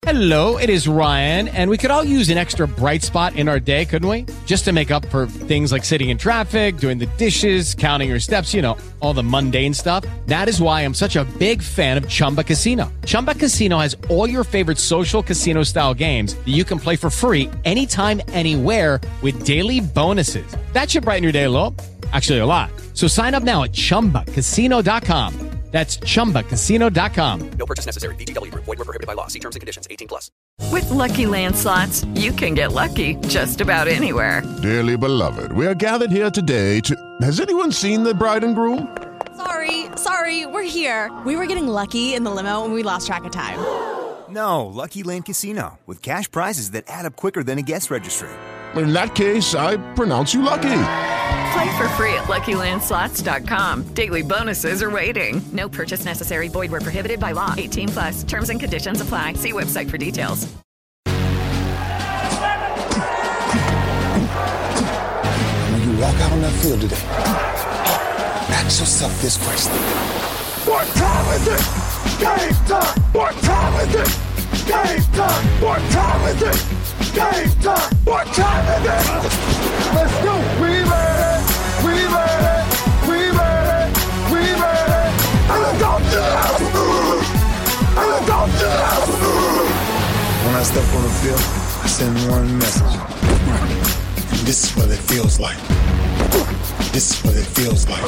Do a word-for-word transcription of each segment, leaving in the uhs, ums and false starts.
Hello, it is Ryan, and we could all use an extra bright spot in our day, couldn't we? Just to make up for things like sitting in traffic, doing the dishes, counting your steps, you know, all the mundane stuff. That is why I'm such a big fan of Chumba Casino. Chumba Casino has all your favorite social casino-style games that you can play for free anytime, anywhere with daily bonuses. That should brighten your day a little. Actually, a lot. So sign up now at chumba casino dot com. That's chumba casino dot com. No purchase necessary. V G W Group. Void where prohibited by law. See terms and conditions. eighteen plus. With Lucky Land Slots, you can get lucky just about anywhere. Dearly beloved, we are gathered here today to... Has anyone seen the bride and groom? Sorry, sorry, we're here. We were getting lucky in the limo and we lost track of time. No, Lucky Land Casino, with cash prizes that add up quicker than a guest registry. In that case, I pronounce you lucky. Play for free at lucky land slots dot com. Daily bonuses are waiting. No purchase necessary. Void where prohibited by law. eighteen plus. Terms and conditions apply. See website for details. When you walk out on that field today, ask yourself this question. What time is it? Game time! What time is it? Game time! What time is it? Game time! What time is it? Let's go! We made it! We made it! We made it! We made it! And let's go to the house! And let's go to the house! When I step on the field, I send one message. This is what it feels like. This is what it feels like.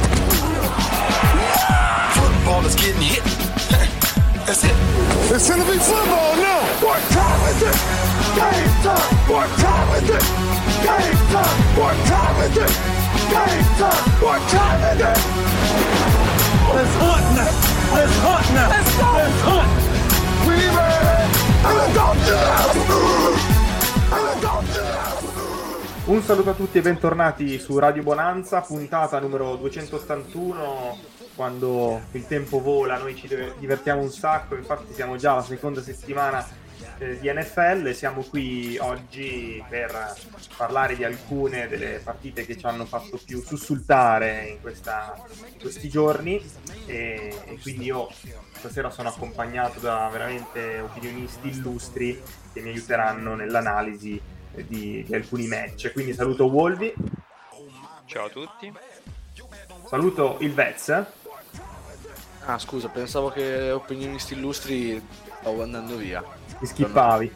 Football is getting hit. That's it. It's gonna be football now. What time is it? Game time. What time is it? Game time. What time is it? Game time. What time is it? Let's hunt now. Let's hunt now. Let's go. Let's hunt. We made it. And let's go to the house. And let's go to the house. Un saluto a tutti e bentornati su Radio Bonanza, puntata numero duecentottantuno. Quando il tempo vola noi ci divertiamo un sacco, infatti siamo già alla seconda settimana eh, di N F L. Siamo qui oggi per parlare di alcune delle partite che ci hanno fatto più sussultare in, questa, in questi giorni e, e quindi io stasera sono accompagnato da veramente opinionisti illustri che mi aiuteranno nell'analisi di, di alcuni match. Quindi saluto Wolvi. Ciao a tutti. Saluto il Vez. Ah, scusa, pensavo che opinionisti illustri stavo andando via. Ti schippavi.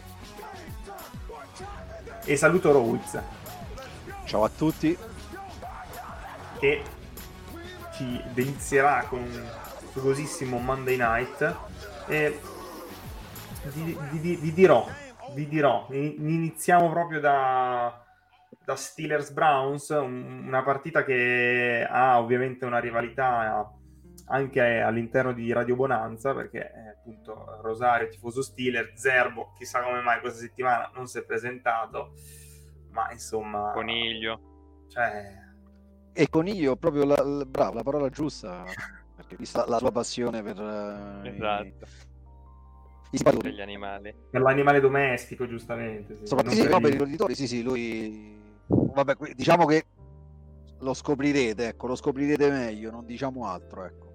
E saluto Rowitz. Ciao a tutti. Che ci delizierà con un succosissimo Monday Night. E vi, vi, vi dirò, vi dirò, iniziamo proprio da, da Steelers Browns, una partita che ha ovviamente una rivalità anche all'interno di Radio Bonanza, perché eh, appunto Rosario tifoso Steelers, Zerbo chissà come mai questa settimana non si è presentato, ma insomma Coniglio, cioè e Coniglio proprio la, la, bravo, la parola giusta, perché vista la sua passione per uh, esatto i, i per gli animali, per l'animale domestico, giustamente sì. Soprattutto sì, no, per i roditori, sì sì, lui vabbè, diciamo che lo scoprirete, ecco, lo scoprirete meglio, non diciamo altro, ecco.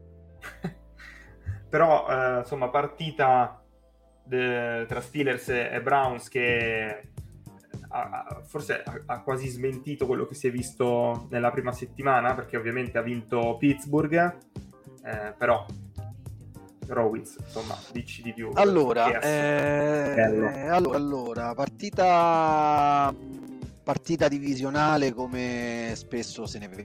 Però eh, insomma partita de, tra Steelers e Browns che ha, forse ha, ha quasi smentito quello che si è visto nella prima settimana, perché ovviamente ha vinto Pittsburgh, eh, però Rowitz, insomma, dici di più. Allora, eh, allora, allora partita partita divisionale come spesso se ne vede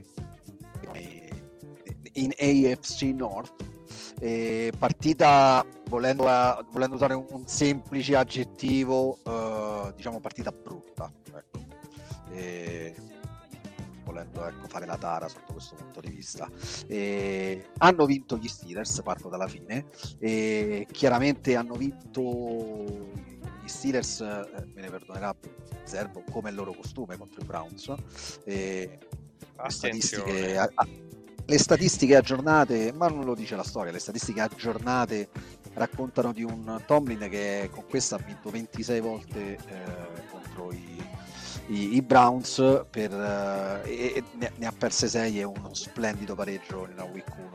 in A F C North, eh, partita volendo, volendo usare un, un semplice aggettivo, eh, diciamo partita brutta, ecco. eh, volendo ecco, fare la tara sotto questo punto di vista. Eh, hanno vinto gli Steelers, parto dalla fine, e chiaramente hanno vinto gli Steelers, eh, me ne perdonerà Zerbo, come il loro costume contro i Browns. Eh, le statistiche a, a, le statistiche aggiornate, ma non lo dice la storia, le statistiche aggiornate raccontano di un Tomlin che con questa ha vinto ventisei volte eh, contro i, i, i Browns per, eh, e, e ne, ne ha perse sei e uno splendido pareggio nella week uno di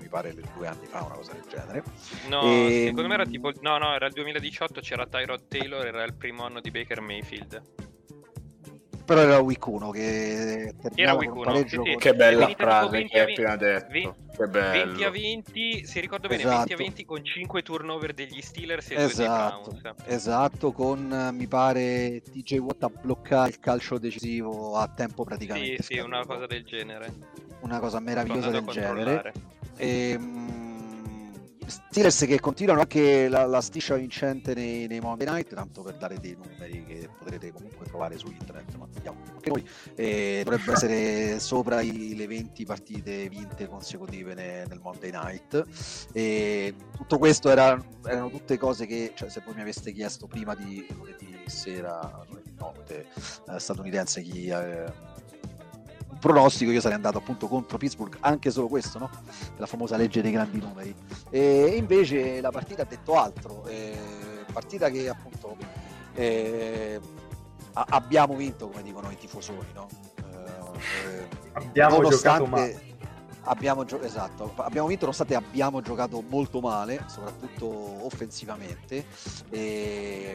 pare due anni fa, una cosa del genere. No, E- secondo me era tipo... No, no, era il duemiladiciotto, c'era Tyrod Taylor, era il primo anno di Baker Mayfield. Però era week uno che terminava week con un uno, pareggio sì, sì. con- Che bella Finita tipo frase venti che a hai appena detto. venti Che bello. venti a venti, se ricordo bene, Esatto. venti a venti con cinque turnover degli Steelers e due dei Esatto, Browns. esatto, con eh, mi pare T J Watt a bloccare il calcio decisivo a tempo praticamente Sì, sì, una scaduto. cosa del genere. Una cosa Sto meravigliosa andando del a genere. controllare. Ehm, Steelers che continuano anche la, la striscia vincente nei, nei Monday Night, tanto per dare dei numeri che potrete comunque trovare su internet, ma vediamo anche noi. E dovrebbe essere sopra i- le venti partite vinte consecutive ne- nel Monday Night. E tutto questo era- erano tutte cose che, cioè, se voi mi aveste chiesto prima di lunedì sera, lunedì notte eh, statunitense, chi eh, un pronostico, io sarei andato appunto contro Pittsburgh, anche solo questo, no? La famosa legge dei grandi numeri. E invece la partita ha detto altro, eh, partita che appunto eh, a- abbiamo vinto, come dicono i tifosoni, no? Eh, Abbiamo nonostante- giocato male. Abbiamo, gio- esatto, abbiamo vinto nonostante abbiamo giocato molto male, soprattutto offensivamente. E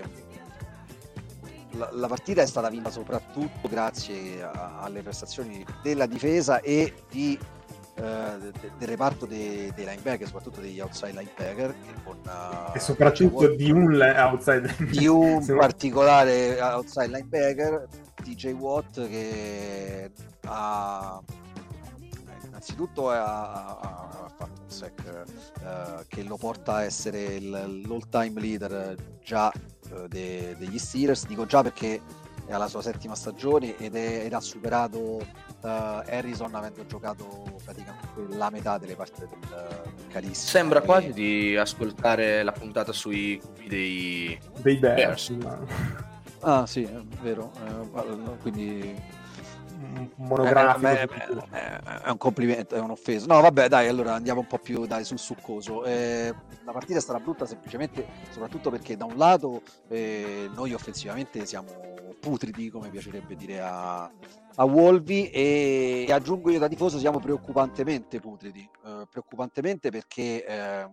la, la partita è stata vinta soprattutto grazie a- alle prestazioni della difesa e di, eh, de- del reparto dei, dei linebacker, soprattutto degli outside linebacker, che con, eh, E soprattutto di un le- outside. di un Se- particolare outside linebacker, T J Watt, che ha innanzitutto ha, ha- ha fatto un sack eh, che lo porta a essere il- l'all time leader già eh, de- degli Steelers. Dico già perché è alla sua settima stagione ed, è- ed ha superato eh, Harrison, avendo giocato praticamente la metà delle partite del, del carissimo. Sembra E- quasi di ascoltare la puntata sui cubi dei dei Bears. Ah sì, è vero. eh, quindi Un monografico. Eh, beh, beh, è un complimento, è un'offesa. No, vabbè, dai, allora andiamo un po' più dai, sul succoso. Eh, la partita è stata brutta semplicemente, soprattutto perché da un lato eh, noi offensivamente siamo putridi, come piacerebbe dire a, a Wolvi, e, e aggiungo io da tifoso siamo preoccupantemente putridi. Eh, preoccupantemente perché eh,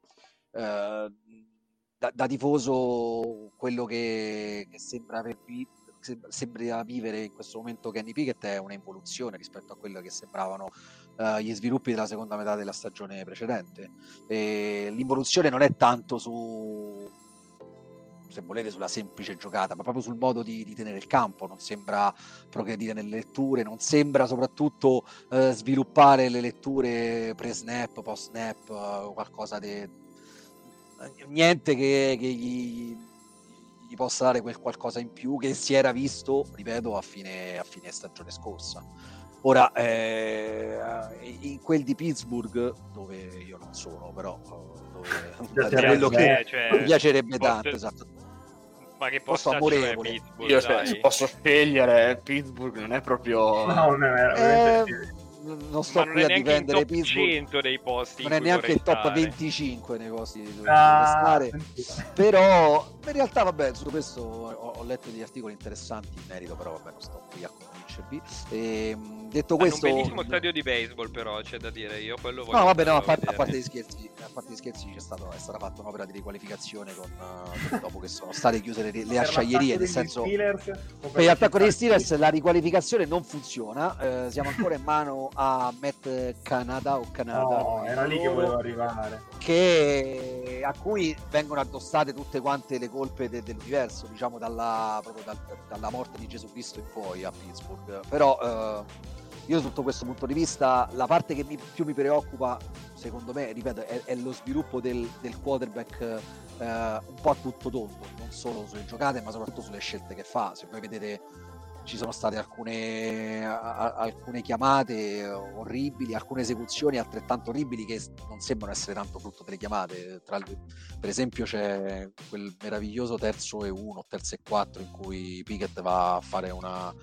eh, da, da tifoso quello che, che sembra aver visto sembra vivere in questo momento Kenny Pickett è una involuzione rispetto a quello che sembravano uh, gli sviluppi della seconda metà della stagione precedente. E l'involuzione non è tanto su, se volete, sulla semplice giocata, ma proprio sul modo di, di tenere il campo. Non sembra progredire nelle letture, non sembra soprattutto uh, sviluppare le letture pre-snap, post-snap, uh, qualcosa di niente che, che gli gli possa dare quel qualcosa in più che si era visto, ripeto, a fine, a fine stagione scorsa. Ora, eh, in quel di Pittsburgh, dove io non sono, però dove, da quello che eh, cioè, mi piacerebbe posto, tanto, esatto. Ma che posto posto è amorevole. Pittsburgh, Io dai. se posso scegliere, Pittsburgh non è proprio... No, non è veramente Eh, non sto Ma non qui è a neanche in difendere top Pittsburgh, cento dei posti non in è cui neanche il top vorrei stare. venticinque nei posti dove Ah, dove stare, però in realtà vabbè, su questo ho, ho letto degli articoli interessanti in merito, però vabbè, non sto qui a convincervi. E, detto Hanno questo, un bellissimo stadio di baseball, però c'è da dire, io quello voglio no vabbè, no, a andarlo parte, a vedere. parte gli scherzi, a parte gli scherzi c'è stato, è stata fatta un'opera di riqualificazione con, uh, dopo che sono state chiuse le, le per acciaierie, l'attacco nel degli senso Steelers o per per la l'attacco degli città? Steelers la riqualificazione non funziona, eh, siamo ancora in mano a Matt Canada o Canada, No, come era lì che loro, volevo arrivare. che a cui vengono addossate tutte quante le colpe de- dell'universo, diciamo dalla, proprio dal- dalla morte di Gesù Cristo in poi a Pittsburgh. Però eh, io sotto questo punto di vista la parte che mi, più mi preoccupa, secondo me, ripeto, è, è lo sviluppo del, del quarterback eh, un po' a tutto tondo, non solo sulle giocate ma soprattutto sulle scelte che fa. Se voi vedete, ci sono state alcune, a, alcune chiamate orribili, alcune esecuzioni altrettanto orribili che non sembrano essere tanto frutto delle chiamate. Tra le, per esempio c'è quel meraviglioso terzo e uno, terzo e quattro in cui Pickett va a fare una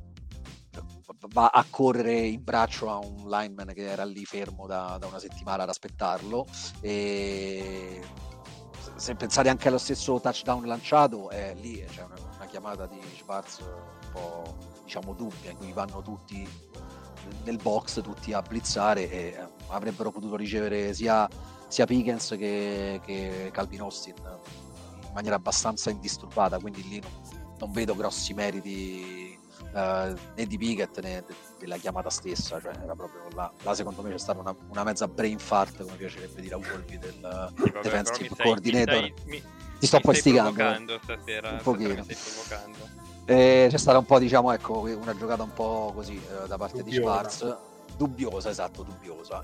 va a correre in braccio a un lineman che era lì fermo da, da una settimana ad aspettarlo, e se pensate anche allo stesso touchdown lanciato, è lì c'è una, una chiamata di Schwartz un po', diciamo, dubbia, in cui vanno tutti nel box tutti a blitzare e eh, avrebbero potuto ricevere sia, sia Pickens che, che Calvin Austin in maniera abbastanza indisturbata, quindi lì non, non vedo grossi meriti eh, né di Pickett né de, della chiamata stessa, cioè era proprio là, là secondo me c'è stata una, una mezza brain fart, come piacerebbe dire a Wolvi, del Sì, vabbè, defensive però mi stai- coordinator. mi stai- mi- ti sto mi poi stai stigando provocando stasera, un stasera pochino. mi stai provocando. Eh, c'è stata un po', diciamo, ecco, una giocata un po' così eh, da parte Dubbiosa. di Schwartz, dubbiosa, esatto, dubbiosa.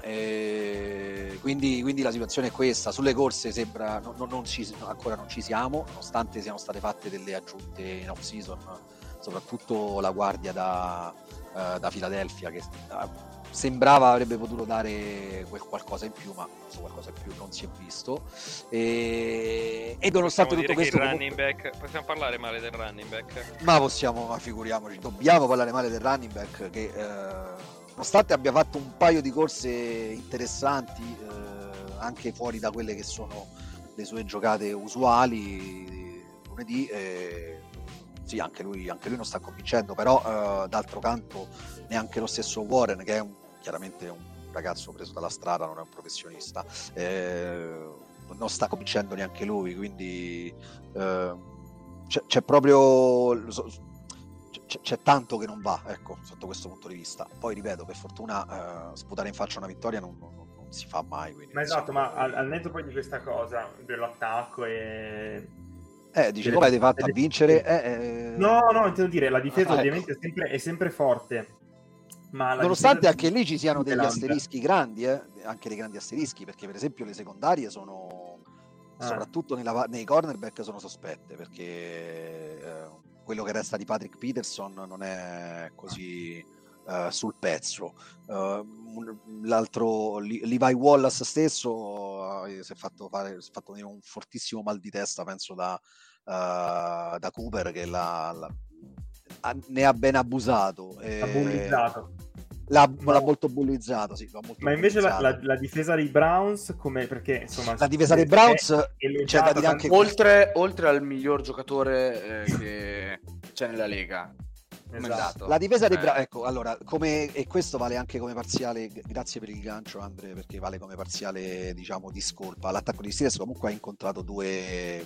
E quindi, quindi la situazione è questa. Sulle corse sembra no, no, non ci, ancora non ci siamo, nonostante siano state fatte delle aggiunte in off season, soprattutto la guardia da, eh, da Philadelphia, che eh, sembrava avrebbe potuto dare quel qualcosa in più, ma questo qualcosa in più non si è visto. E, e nonostante Possiamo tutto dire che questo, il comunque- running back, possiamo parlare male del running back? ma possiamo, ma figuriamoci, dobbiamo parlare male del running back che eh, nonostante abbia fatto un paio di corse interessanti eh, anche fuori da quelle che sono le sue giocate usuali lunedì, eh, sì, anche lui, anche lui non sta convincendo, però eh, d'altro canto neanche lo stesso Warren, che è un, chiaramente un ragazzo preso dalla strada, non è un professionista, eh, non sta convincendo neanche lui, quindi eh, c'è, c'è proprio c'è, c'è tanto che non va, ecco, sotto questo punto di vista. Poi ripeto, per fortuna eh, sputare in faccia una vittoria non, non, non si fa mai, quindi Ma non esatto, si- ma al, al netto poi di questa cosa dell'attacco e eh, dice delle- come avete fatto a delle- vincere? Eh, eh, No, no, intendo dire, la difesa Ah, ecco. ovviamente è sempre, è sempre forte, ma la nonostante difesa anche di lì ci siano degli Cleveland- asterischi grandi, eh, anche dei grandi asterischi, perché per esempio le secondarie sono Ah. soprattutto nella- nei cornerback sono sospette, perché eh, quello che resta di Patrick Peterson non è così eh, sul pezzo. Eh, un- l'altro Li- Levi Wallace stesso eh, si è fatto fare si è fatto venire un fortissimo mal di testa, penso da, eh, da Cooper, che l'ha- l'ha- ha- ne ha ben abusato. ha eh, bullizzato. L'ha, Ma- l'ha molto bullizzato, sì, l'ha molto Ma invece la, bullizzato. la- la difesa dei Browns, come perché insomma La difesa dei è- Browns, è c'è elogiata da dire anche tanto- Oltre, oltre al miglior giocatore eh, che c'è nella Lega. Come è Esatto. andato? La difesa dei Eh, Browns, ecco, allora, come, e questo vale anche come parziale, g- grazie per il gancio Andre, perché vale come parziale, diciamo, di scolpa. L'attacco di Steelers comunque ha incontrato due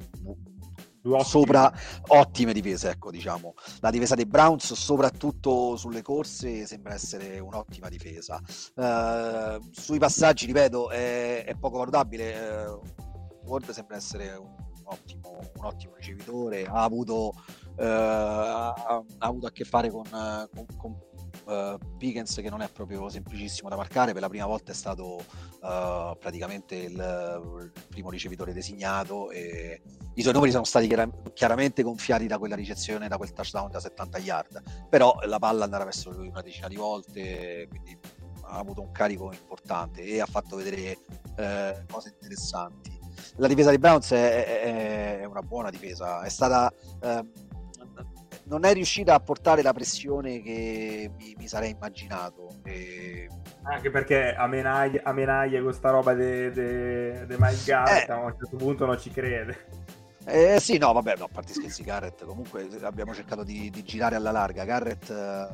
Due ottimi. sopra ottime difese, ecco, diciamo. La difesa dei Browns, soprattutto sulle corse, sembra essere un'ottima difesa. Eh, sui passaggi, ripeto, è, è poco valutabile. Eh, Ward sembra essere un ottimo, un ottimo ricevitore, ha avuto, eh, ha, ha avuto a che fare con, eh, con, con eh, Pickens, che non è proprio semplicissimo da marcare. Per la prima volta è stato eh, praticamente il, il primo ricevitore designato, e i suoi numeri sono stati chiara- chiaramente gonfiati da quella ricezione, da quel touchdown da settanta yard, però la palla andava verso lui una decina di volte, quindi ha avuto un carico importante e ha fatto vedere eh, cose interessanti. La difesa dei Browns è, è- è una buona difesa, è stata eh, non è riuscita a portare la pressione che mi, mi sarei immaginato, e Anche perché a menaglie, a menaglie con sta roba di Mike Garrett, Eh. a un certo punto non ci crede. Eh, sì, no, vabbè, no, a parte scherzi, Garrett comunque abbiamo cercato di, di girare alla larga. Garrett eh,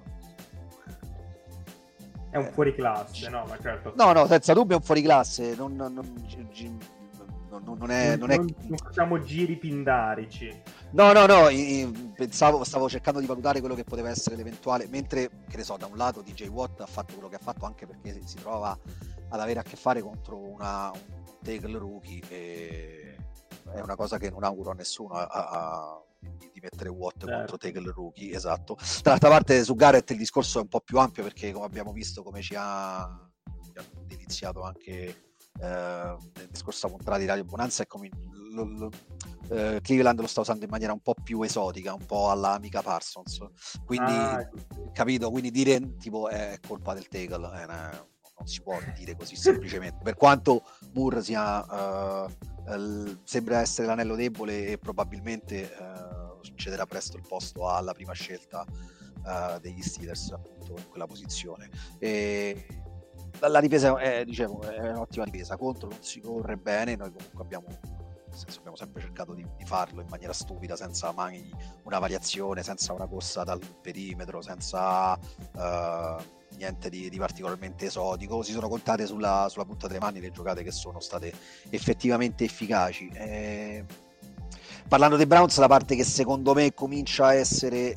È un fuoriclasse, no? Ma certo. no, no, senza dubbio è un fuoriclasse, non, non, non, gi- gi- non- non è, non è... non, non facciamo giri pindarici. No, no, no, i- i- pensavo, stavo cercando di valutare quello che poteva essere l'eventuale, mentre, che ne so, da un lato D J Watt ha fatto quello che ha fatto anche perché si, si trova ad avere a che fare contro una, un tackle rookie, e è una cosa che non auguro a nessuno, a, a- di, di mettere Watt Certo. contro tackle rookie, esatto. Dall'altra parte su Garrett il discorso è un po' più ampio, perché come abbiamo visto, come ci ha, ci ha deliziato anche eh, nel discorso puntata di Radio Bonanza, è come lo, lo, eh, Cleveland lo sta usando in maniera un po' più esotica, un po' alla Micah Parsons, quindi Ah, capito, quindi dire tipo è colpa del tackle eh, ne- non si può dire così semplicemente, per quanto Moore sia eh, eh, sembra essere l'anello debole, e probabilmente eh, cederà presto il posto alla prima scelta eh, degli Steelers, appunto in quella posizione. E la, la difesa è, dicevo, è un'ottima difesa, contro non si corre bene, noi comunque abbiamo nel senso abbiamo sempre cercato di, di farlo in maniera stupida, senza mai una variazione, senza una corsa dal perimetro, senza uh, niente di, di particolarmente esotico. Si sono contate sulla, sulla punta delle mani le giocate che sono state effettivamente efficaci. E... parlando dei Browns, la parte che secondo me comincia a essere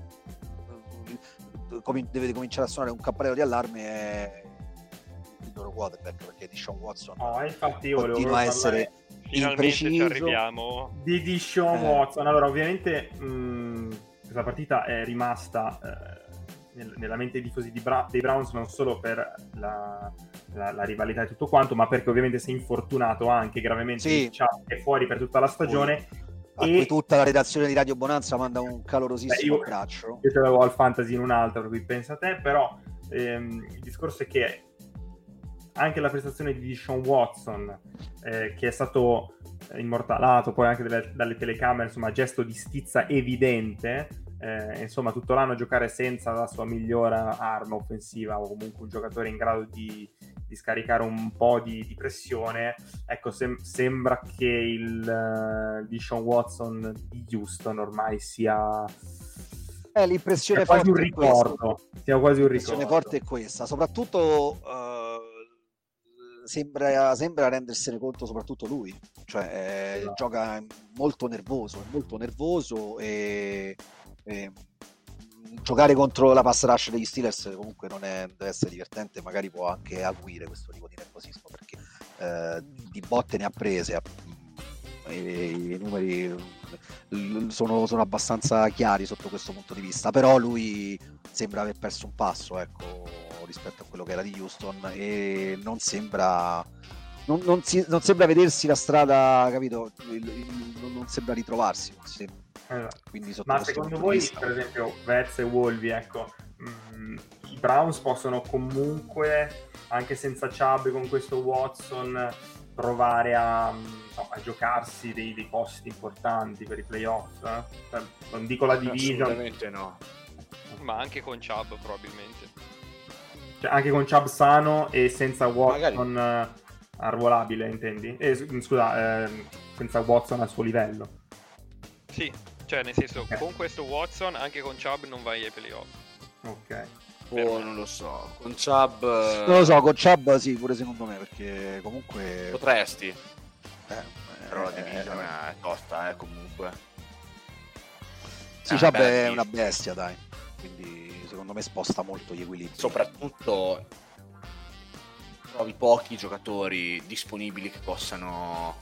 com- deve cominciare a suonare un campanello di allarme è il loro quarterback, perché Deshaun Watson oh, infatti io continua a essere finalmente ci arriviamo di Deshaun eh. Watson. Allora, ovviamente mh, questa partita è rimasta eh, nel, nella mente dei tifosi di Bra- dei Browns non solo per la, la, la rivalità e tutto quanto, ma perché ovviamente si è infortunato anche gravemente, sì. diciamo, è fuori per tutta la stagione. A e cui tutta la redazione di Radio Bonanza manda un calorosissimo Beh, io, abbraccio. Io ce l'avevo al fantasy in un altro, per cui pensa te, però ehm, il discorso è che anche la prestazione di Deshaun Watson, eh, che è stato immortalato poi anche delle, dalle telecamere, insomma, gesto di stizza evidente, eh, insomma, tutto l'anno giocare senza la sua migliore arma offensiva o comunque un giocatore in grado di, di scaricare un po' di, di pressione, ecco, sem- sembra che il uh, Deshaun Watson di Houston ormai sia... Eh, l'impressione sia quasi forte un ricordo, sia quasi un l'impressione ricordo. forte è questa, soprattutto uh, sembra, sembra rendersene conto soprattutto lui, cioè eh, no. gioca molto nervoso, è molto nervoso e, e giocare contro la pass rush degli Steelers comunque non è, deve essere divertente, magari può anche acuire questo tipo di nervosismo, perché eh, di botte ne ha prese, e i numeri sono, sono abbastanza chiari sotto questo punto di vista, però lui sembra aver perso un passo, ecco, rispetto a quello che era di Houston, e non sembra non, non, si, non sembra vedersi la strada, capito? Il, il, non sembra ritrovarsi, non sembra. Esatto. Quindi ma secondo voi, per esempio, Vets e Wolvi, ecco, mh, i Browns possono comunque, anche senza Chubb, con questo Watson, provare a, no, a giocarsi dei, dei posti importanti per i playoff? Eh? Cioè, non dico la division. Assolutamente no. Ma anche con Chubb probabilmente. Cioè, anche con Chubb sano e senza Watson magari arruolabile, intendi? Eh, scusa, eh, senza Watson al suo livello. Sì, cioè nel senso, okay. con questo Watson, anche con Chubb non vai ai playoff. Ok. Oh, non lo so, con Chubb non lo so, con Chubb sì, pure secondo me, perché comunque potresti, eh, però la eh, division eh, è tosta, eh, comunque. Sì, Chubb è una bestia, dai, quindi secondo me sposta molto gli equilibri. Soprattutto trovi pochi giocatori disponibili che possano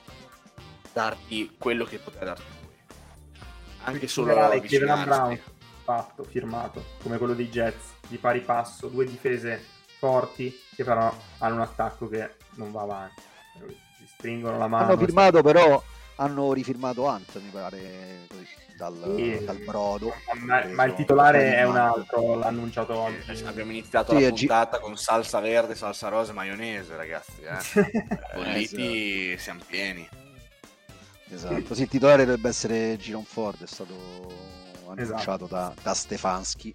darti quello che poteva darti lui, anche solo Cleveland Brown fatto, firmato, come quello dei Jets, di pari passo, due difese forti che però hanno un attacco che non va avanti, si stringono la mano. Hanno firmato si... però hanno rifirmato Hunt, mi pare, dal, sì, dal brodo, ma, ma il titolare è un altro, l'ha annunciato oggi. Eh, abbiamo iniziato sì, la puntata G... con salsa verde, salsa rosa e maionese, ragazzi, eh. Bolliti, esatto. Siamo pieni. Esatto, sì, il titolare dovrebbe essere Giron Ford, è stato annunciato esatto. da, da Stefanski.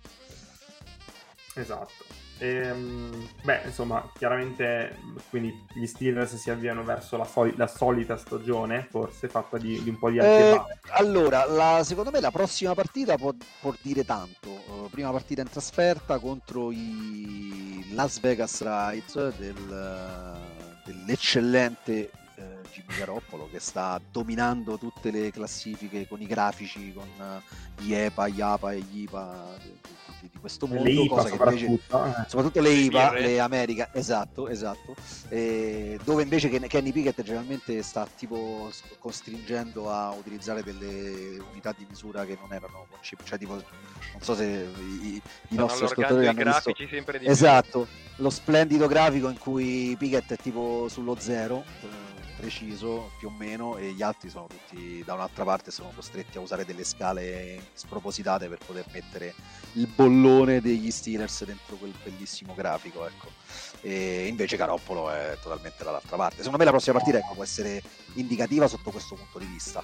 Esatto. Ehm, beh, insomma, chiaramente quindi gli Steelers si avviano verso la, soli- la solita stagione, forse fatta di, di un po' di alti eh, e bassi. Allora, la, secondo me la prossima partita può, può dire tanto. Uh, prima partita in trasferta contro i Las Vegas Raiders del, dell'eccellente uh, Jimmy Garoppolo, che sta dominando tutte le classifiche con i grafici, con uh, gli E P A, gli A P A e gli I P A di, di, di questo mondo, le I P A, cosa che invece, eh. soprattutto le I P A, le America, esatto, esatto, e dove invece Kenny Pickett generalmente sta tipo costringendo a utilizzare delle unità di misura che non erano concepite, cioè tipo, non so se i, i nostri ascoltatori hanno visto, sempre di esatto, più. Lo splendido grafico in cui Pickett è tipo sullo zero, preciso più o meno, e gli altri sono tutti da un'altra parte, sono costretti a usare delle scale spropositate per poter mettere il bollone degli Steelers dentro quel bellissimo grafico, ecco. E invece Garoppolo è totalmente dall'altra parte. Secondo me la prossima partita, ecco, può essere indicativa sotto questo punto di vista,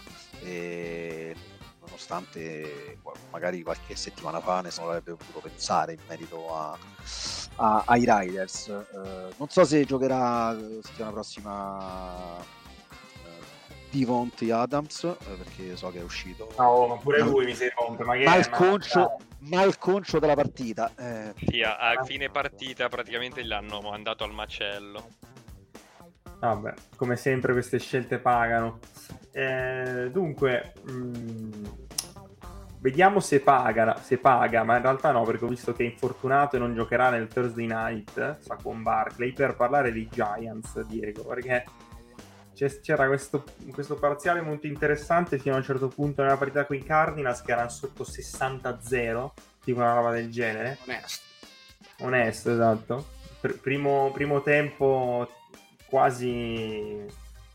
e nonostante magari qualche settimana fa nessuno avrebbe potuto pensare in merito a, a, ai Riders. Uh, non so se giocherà settimana prossima uh, Devontae Adams, eh, perché so che è uscito. No, ma pure lui mi si rompe, ma che malconcio, malconcio della partita. Eh. Sì, a, a fine partita praticamente l'hanno mandato al macello. Vabbè, come sempre queste scelte pagano. Eh, dunque, mh, vediamo se paga, se paga, ma in realtà no, perché ho visto che è infortunato e non giocherà nel Thursday night, Saquon Barkley, per parlare dei Giants, Diego, perché c'era questo, questo parziale molto interessante fino a un certo punto nella partita con i Cardinals, che erano sotto sessanta a zero, tipo una roba del genere. Onesto. Onesto, esatto. Pr- primo, primo tempo quasi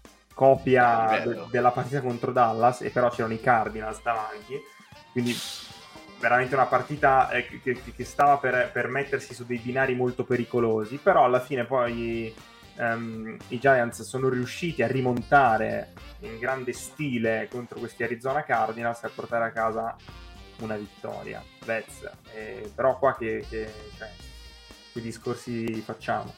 copia de- della partita contro Dallas, e però c'erano i Cardinals davanti, quindi veramente una partita eh, che, che stava per, per mettersi su dei binari molto pericolosi, però alla fine poi um, i Giants sono riusciti a rimontare in grande stile contro questi Arizona Cardinals e a portare a casa una vittoria. Vez, eh, però qua che, che cioè, che discorsi facciamo?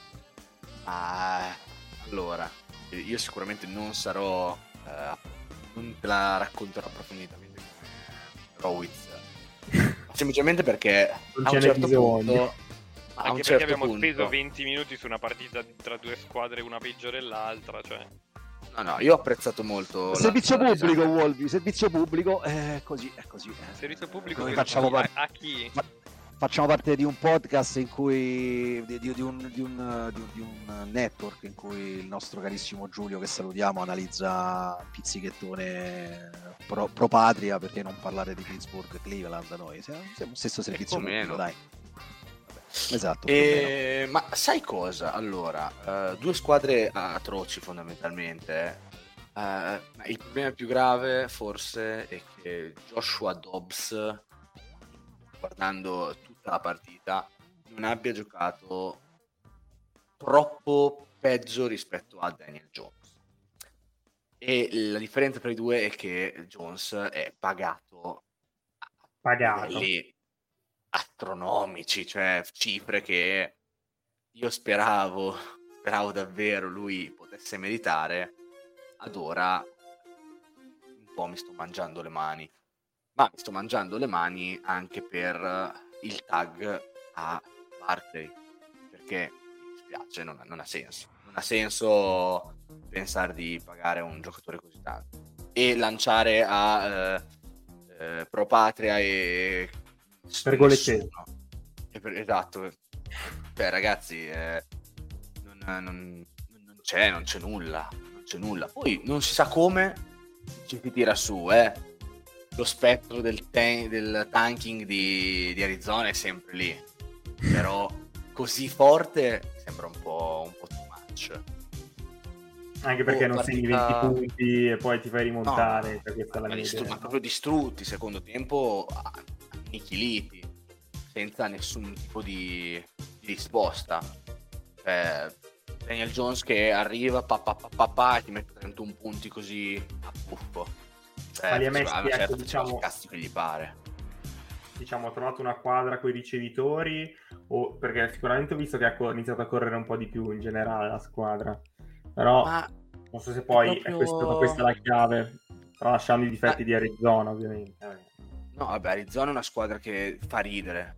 Ah, allora, io sicuramente non sarò, eh, non te la racconterò approfonditamente come Rowitz, semplicemente perché non a ce un n'è certo bisogno. punto, a Anche un perché certo abbiamo punto, speso venti minuti su una partita tra due squadre, una peggiore dell'altra, cioè. no no, io ho apprezzato molto Servizio la- la- pubblico, Wolvi, servizio pubblico, è così, è così. eh. Servizio pubblico Noi per facciamo chi? parte- a, a chi? fa- facciamo parte di un podcast in cui di, di- di un, di, un, di un- di un network in cui il nostro carissimo Giulio, che salutiamo, analizza pizzichettone pro, pro patria, perché non parlare di Pittsburgh, Cleveland, noi siamo, siamo stesso servizio più o pubblico, meno. dai. Esatto. più o meno. E... ma sai cosa? Allora, eh, due squadre atroci fondamentalmente. eh. il problema più grave forse è che Joshua Dobbs, guardando tutta la partita, non abbia giocato troppo peggio rispetto a Daniel Jones. E la differenza tra i due è che Jones è pagato Pagato. a livelli astronomici, cioè cifre che io speravo, speravo davvero lui potesse meritare. Ad ora un po' mi sto mangiando le mani. Ma mi sto mangiando le mani anche per il tag a Barkley, perché mi dispiace, non ha, non ha senso. Non ha senso pensare di pagare un giocatore così tanto e lanciare a eh, eh, Pro Patria e Pergolettese. E per- esatto. Cioè, ragazzi, eh, non, non, non c'è, non c'è nulla, non c'è nulla. Poi non si sa come ci si tira su, eh. Lo spettro del, tan- del tanking di, di Arizona è sempre lì, però così forte sembra un po', un po' too much. Anche perché Oh, non partita- segni venti punti e poi ti fai rimontare, No, cioè questa è la ma, mia distru- idea. ma proprio distrutti, secondo tempo annichiliti, senza nessun tipo di, di risposta. Cioè, Daniel Jones che arriva pa, pa, pa, pa, pa, e ti mette trentuno punti così a buffo. Cioè, Ma li ha faceva- messi, certo, ecco, faceva diciamo- i cazzi che gli pare. Diciamo, ha trovato una quadra con i ricevitori, o perché sicuramente ho visto che ha co- iniziato a correre un po' di più in generale la squadra, però Ma non so se poi è, proprio- questo- questa la chiave, tralasciando i difetti Ma- di Arizona ovviamente. Eh. no, vabbè, Arizona è una squadra che fa ridere.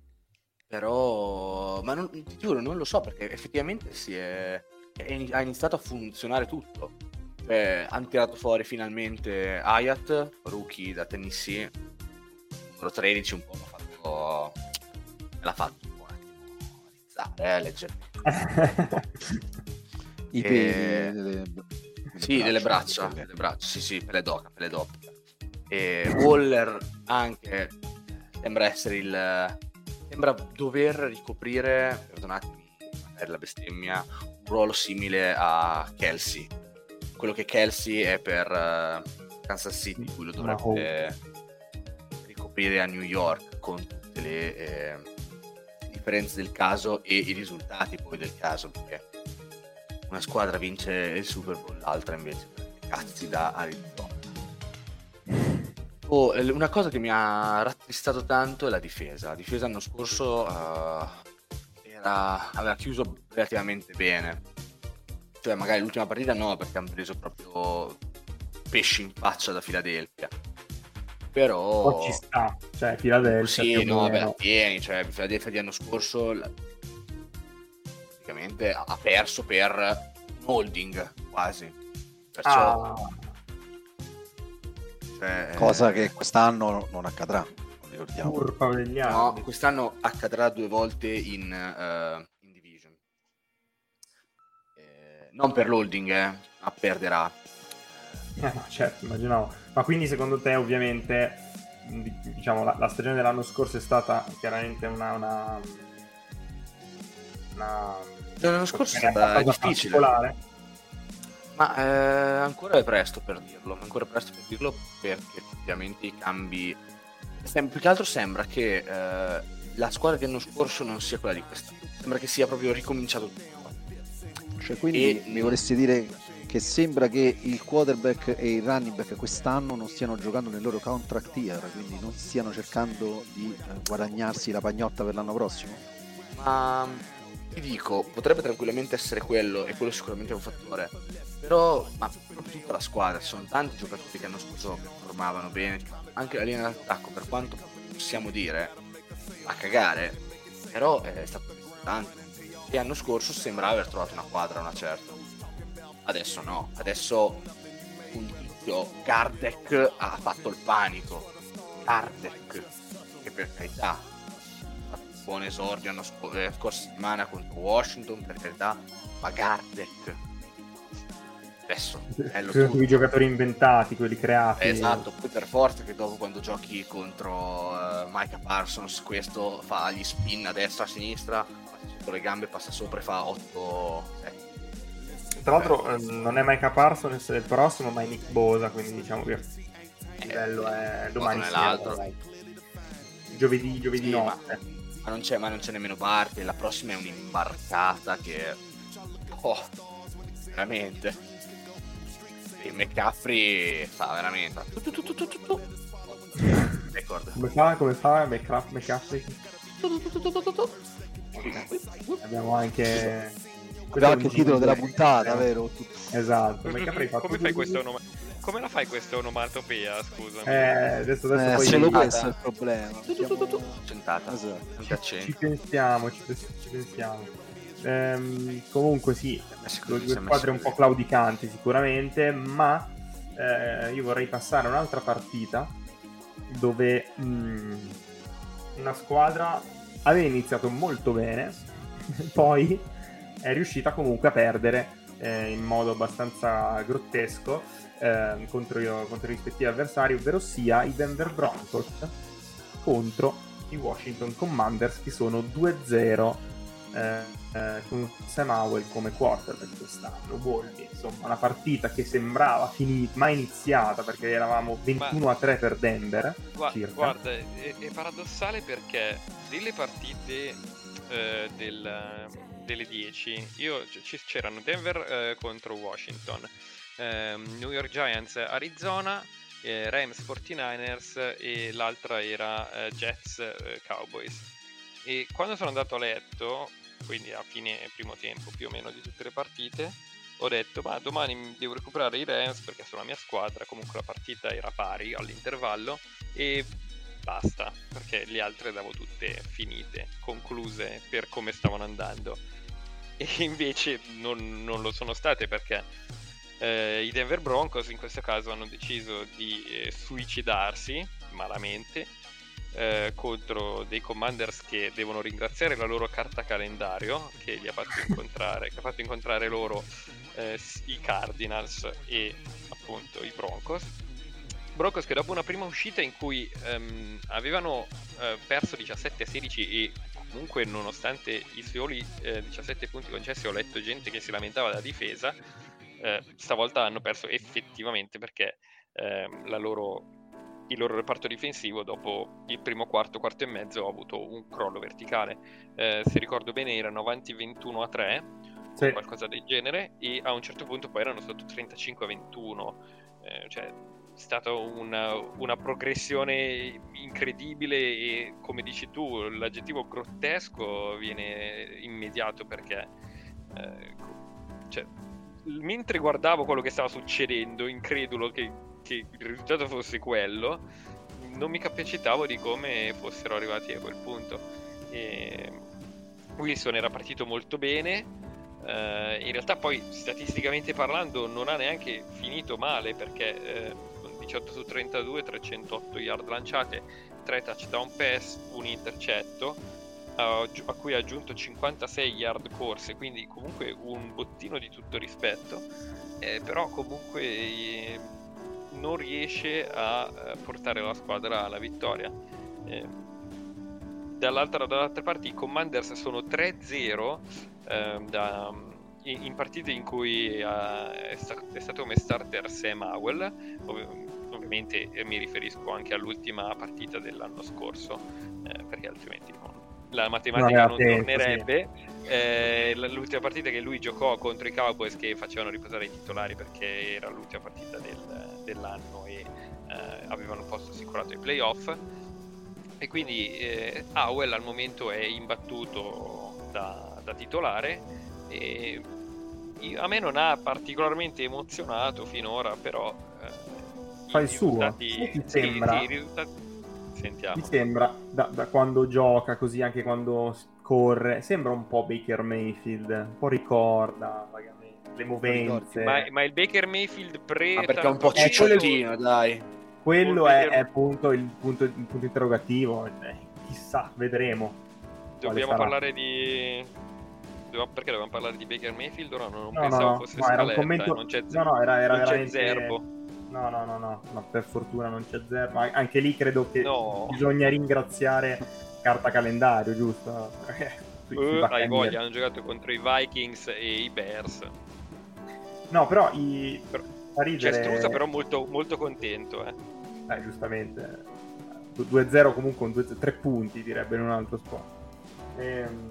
Però, ma non, ti giuro, non lo so, perché effettivamente si è, è- ha iniziato a funzionare tutto. Cioè, hanno tirato fuori finalmente Hayat, rookie da Tennessee, numero tredici, un po' l'ha fatto, me l'ha fatto un po' un attimo rizzare, eh, leggermente. I E- peli delle, Sì, delle braccia, delle- delle braccia, sì, sì, pelle d'oca, pelle d'oca. E Waller anche sembra essere il... sembra dover ricoprire, perdonatemi per la bestemmia, un ruolo simile a Kelsey. Quello che Kelsey è per eh, Kansas City, cui lo dovrebbe ricoprire a New York, con tutte le eh, differenze del caso e i risultati poi del caso, perché una squadra vince il Super Bowl, l'altra invece prende cazzi da Arizona. Oh, eh, una cosa che mi ha rattristato tanto è la difesa. La difesa l'anno scorso eh, era, aveva chiuso relativamente bene. Cioè magari l'ultima partita no, perché hanno preso proprio pesci in faccia da Philadelphia. Però oh, ci sta, cioè Philadelphia sì, no, vabbè, meno. tieni, cioè Philadelphia di anno scorso praticamente ha perso per un holding quasi, perciò ah. cioè, cosa che quest'anno non accadrà, non ricordiamo. Curva degli anni. No, quest'anno accadrà due volte in, uh, in division, eh, non per l'holding, eh, ma perderà. Eh, no, certo, immaginavo. Ma quindi secondo te ovviamente diciamo la, la stagione dell'anno scorso è stata chiaramente una una, una... l'anno scorso è stata difficile, ma eh, ancora è presto per dirlo ancora è presto per dirlo perché effettivamente i cambi sem- più che altro sembra che eh, la squadra dell'anno scorso non sia quella di quest'anno, sembra che sia proprio ricominciato tutto. Cioè quindi e... mi vorresti dire che sembra che il quarterback e il running back quest'anno non stiano giocando nel loro contract year, quindi non stiano cercando di eh, guadagnarsi la pagnotta per l'anno prossimo? Ma ti dico, potrebbe tranquillamente essere quello, e quello sicuramente è un fattore, però ma proprio tutta la squadra, ci sono tanti giocatori che hanno scorso performavano bene, anche la linea d'attacco, per quanto possiamo dire a cagare, però è stato importante, e l'anno scorso sembrava aver trovato una quadra, una certa. Adesso no, adesso un tizio Gardek ha fatto il panico. Gardek, che per carità ha fatto un buon esordio la sc- eh, scorsa settimana contro Washington, per carità, ma Gardek adesso è lo i giocatori inventati, quelli creati. Esatto, poi per forza che dopo quando giochi contro uh, Micah Parsons questo fa gli spin a destra a sinistra, passa sotto le gambe, passa sopra e fa otto sette. Tra l'altro eh, non è Micah Parsons il prossimo, ma è Nick Bosa, quindi diciamo che il livello è domani sera, giovedì, giovedì sì, notte. Ma, ma, non c'è, ma non c'è nemmeno Barkley, la prossima è un'imbarcata che oh, veramente il McCaffrey fa veramente tu, tu, tu, tu, tu, tu. Record. Come fa? Come fa McCaffrey? Abbiamo anche Abbiamo anche il titolo della puntata, vero? Esatto. Come fai questo onoma... Come la fai questa onomatopea, scusa? Eh, adesso adesso eh, poi solo questo è il problema. Centata. Esatto. Ci, ci pensiamo, ci, ci pensiamo. Ehm, comunque sì, due, due squadre un po' claudicanti sicuramente, ma eh, io vorrei passare a un'altra partita dove mh, una squadra aveva iniziato molto bene, poi è riuscita comunque a perdere eh, in modo abbastanza grottesco eh, contro, io, contro i rispettivi avversari, ovvero sia i Denver Broncos contro i Washington Commanders, che sono due a zero eh, eh, con Sam Howell come quarterback quest'anno. Boldi, insomma, una partita che sembrava finita, ma iniziata, perché eravamo ventuno a tre per Denver. Gua- circa. Guarda, è, è paradossale perché delle partite eh, del... delle dieci io c- c'erano Denver eh, contro Washington, ehm, New York Giants Arizona, eh, Rams quarantanovers e l'altra era eh, Jets eh, Cowboys. E quando sono andato a letto, quindi a fine primo tempo più o meno di tutte le partite, ho detto ma domani devo recuperare i Rams perché sono la mia squadra, comunque la partita era pari all'intervallo e basta, perché le altre davo tutte finite, concluse per come stavano andando. E invece non, non lo sono state, perché eh, i Denver Broncos in questo caso hanno deciso di eh, suicidarsi malamente eh, contro dei Commanders che devono ringraziare la loro carta calendario che li ha fatto incontrare che ha fatto incontrare loro eh, i Cardinals e appunto i Broncos Broncos che dopo una prima uscita in cui ehm, avevano eh, perso diciassette a sedici e comunque nonostante i soli eh, diciassette punti concessi, ho letto gente che si lamentava della difesa, eh, stavolta hanno perso effettivamente perché eh, la loro, il loro reparto difensivo dopo il primo quarto, quarto e mezzo ha avuto un crollo verticale. Eh, se ricordo bene erano avanti ventuno a tre, sì, o qualcosa del genere, e a un certo punto poi erano sotto trentacinque a ventuno, eh, cioè è stata una, una progressione incredibile e, come dici tu, l'aggettivo grottesco viene immediato perché eh, cioè, mentre guardavo quello che stava succedendo, incredulo che, che il risultato fosse quello, non mi capacitavo di come fossero arrivati a quel punto. E Wilson era partito molto bene, eh, in realtà poi statisticamente parlando non ha neanche finito male, perché eh, con diciotto su trentadue, trecentotto yard lanciate, tre touchdown pass, un intercetto, a cui ha aggiunto cinquantasei yard corse, quindi comunque un bottino di tutto rispetto, eh, però comunque eh, non riesce a eh, portare la squadra alla vittoria. Eh, dall'altra, dall'altra parte i Commanders sono tre zero eh, da, in, in partite in cui uh, è, sta- è stato come starter Sam Howell. Ov- ovviamente eh, mi riferisco anche all'ultima partita dell'anno scorso, eh, perché altrimenti non la matematica non, non tempo, tornerebbe. Sì. Eh, l'ultima partita che lui giocò contro i Cowboys, che facevano riposare i titolari perché era l'ultima partita del, dell'anno e eh, avevano posto assicurato ai playoff, e quindi eh, Howell al momento è imbattuto da, da titolare, e a me non ha particolarmente emozionato finora, però eh, fa il suo. Sì, ti sembra? Sì, i risultati... Sentiamo. Mi sembra, da, da quando gioca così, anche quando corre, sembra un po' Baker Mayfield, un po' ricorda vagamente le movenze. Ma, ma il Baker Mayfield pre... Ma perché è un po' cicciottino, dai. Quello è, è appunto il punto, il punto interrogativo, eh, chissà, vedremo. Dobbiamo parlare di... Perché dovevamo parlare di Baker Mayfield? Ora non, non no, pensavo no, fosse no, scaletta, era un commento... eh, non c'è, no, no, era, era non veramente... c'è Zerbo. No, no, no, no, no, per fortuna non c'è Zerbo. Anche lì credo che no. bisogna ringraziare carta calendario, giusto? sui, uh, sui hai voglia, hanno giocato contro i Vikings e i Bears. No, però i... Però... fa ridere... C'è Struzza però molto, molto contento, eh. Eh, giustamente. due a zero comunque, un due, tre punti, direbbe in un altro sport. Ehm...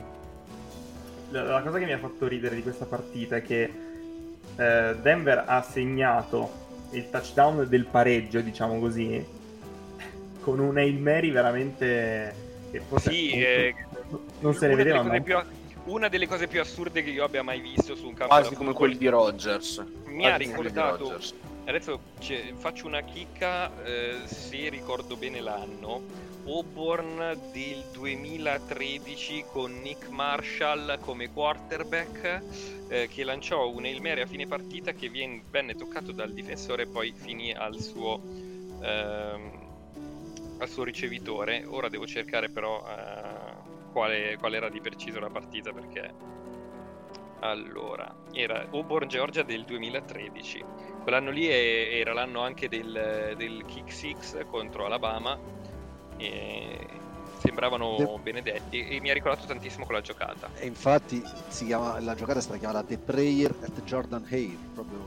La, la cosa che mi ha fatto ridere di questa partita è che eh, Denver ha segnato il touchdown del pareggio, diciamo così, con un Hail Mary veramente che forse sì, appunto, eh, non se ne vedeva mai. Più, una delle cose più assurde che io abbia mai visto su un campo, quasi come quelli di Rodgers. Mi ha ricordato, adesso cioè, faccio una chicca, eh, se ricordo bene l'anno, Auburn del duemilatredici con Nick Marshall come quarterback, eh, che lanciò un Hail Mary a fine partita che vien, venne toccato dal difensore e poi finì al suo, ehm, al suo ricevitore. Ora devo cercare però eh, quale, quale era di preciso la partita, perché allora era Auburn Georgia del duemilatredici. Quell'anno lì è, era l'anno anche del, del Kick Six contro Alabama, e sembravano De... benedetti, e mi ha ricordato tantissimo quella giocata. E infatti si chiama, la giocata è stata chiamata The Prayer at Jordan Hare, proprio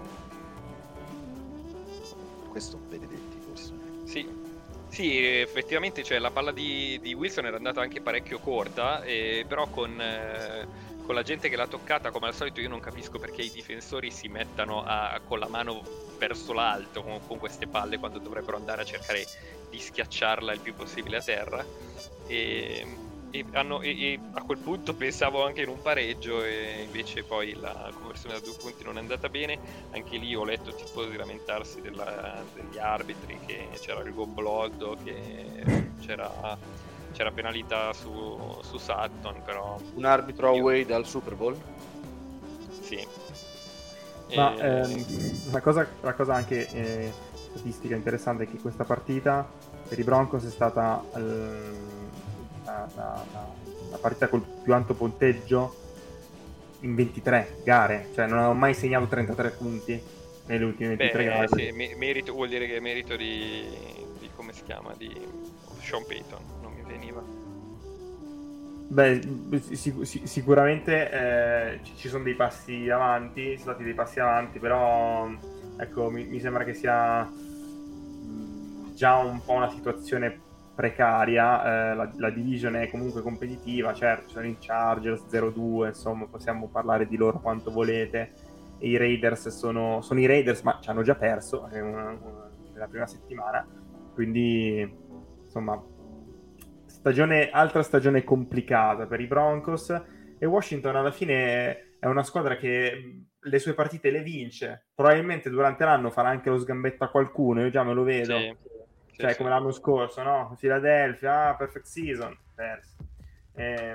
questo benedetti forse. Sì, sì, effettivamente, cioè, la palla di, di Wilson era andata anche parecchio corta, eh, però con, eh, con la gente che l'ha toccata, come al solito io non capisco perché i difensori si mettano a, con la mano verso l'alto con, con queste palle, quando dovrebbero andare a cercare di schiacciarla il più possibile a terra, e, e, hanno, e, e a quel punto pensavo anche in un pareggio, e invece poi la conversione da due punti non è andata bene. Anche lì ho letto tifosi lamentarsi della, degli arbitri, che c'era il gobbloddo, che c'era, c'era penalità su, su Sutton, però un arbitro away dal Super Bowl? Sì. Ma e... ehm, una cosa, una cosa anche eh, statistica interessante è che questa partita per i Broncos è stata eh, la, la, la, la partita col più alto punteggio in ventitré gare, cioè non avevo mai segnato trentatré punti nelle ultime ventitré Beh, gare. Sì, me- merito, vuol dire che è merito di, di come si chiama, di Sean Payton, non mi veniva. Beh, sic- sic- sicuramente eh, ci sono dei passi avanti, sono stati dei passi avanti, però ecco, mi, mi sembra che sia mh, già un po' una situazione precaria. Eh, la, la division è comunque competitiva, certo, sono in Chargers zero due, insomma, possiamo parlare di loro quanto volete, e i Raiders sono, sono i Raiders, ma ci hanno già perso è una, una, nella prima settimana, quindi insomma stagione, altra stagione complicata per i Broncos. E Washington alla fine è una squadra che le sue partite le vince, probabilmente durante l'anno farà anche lo sgambetto a qualcuno, io già me lo vedo, Sì, cioè sì, come sì. l'anno scorso, no? Philadelphia, ah, perfect season, perso. E,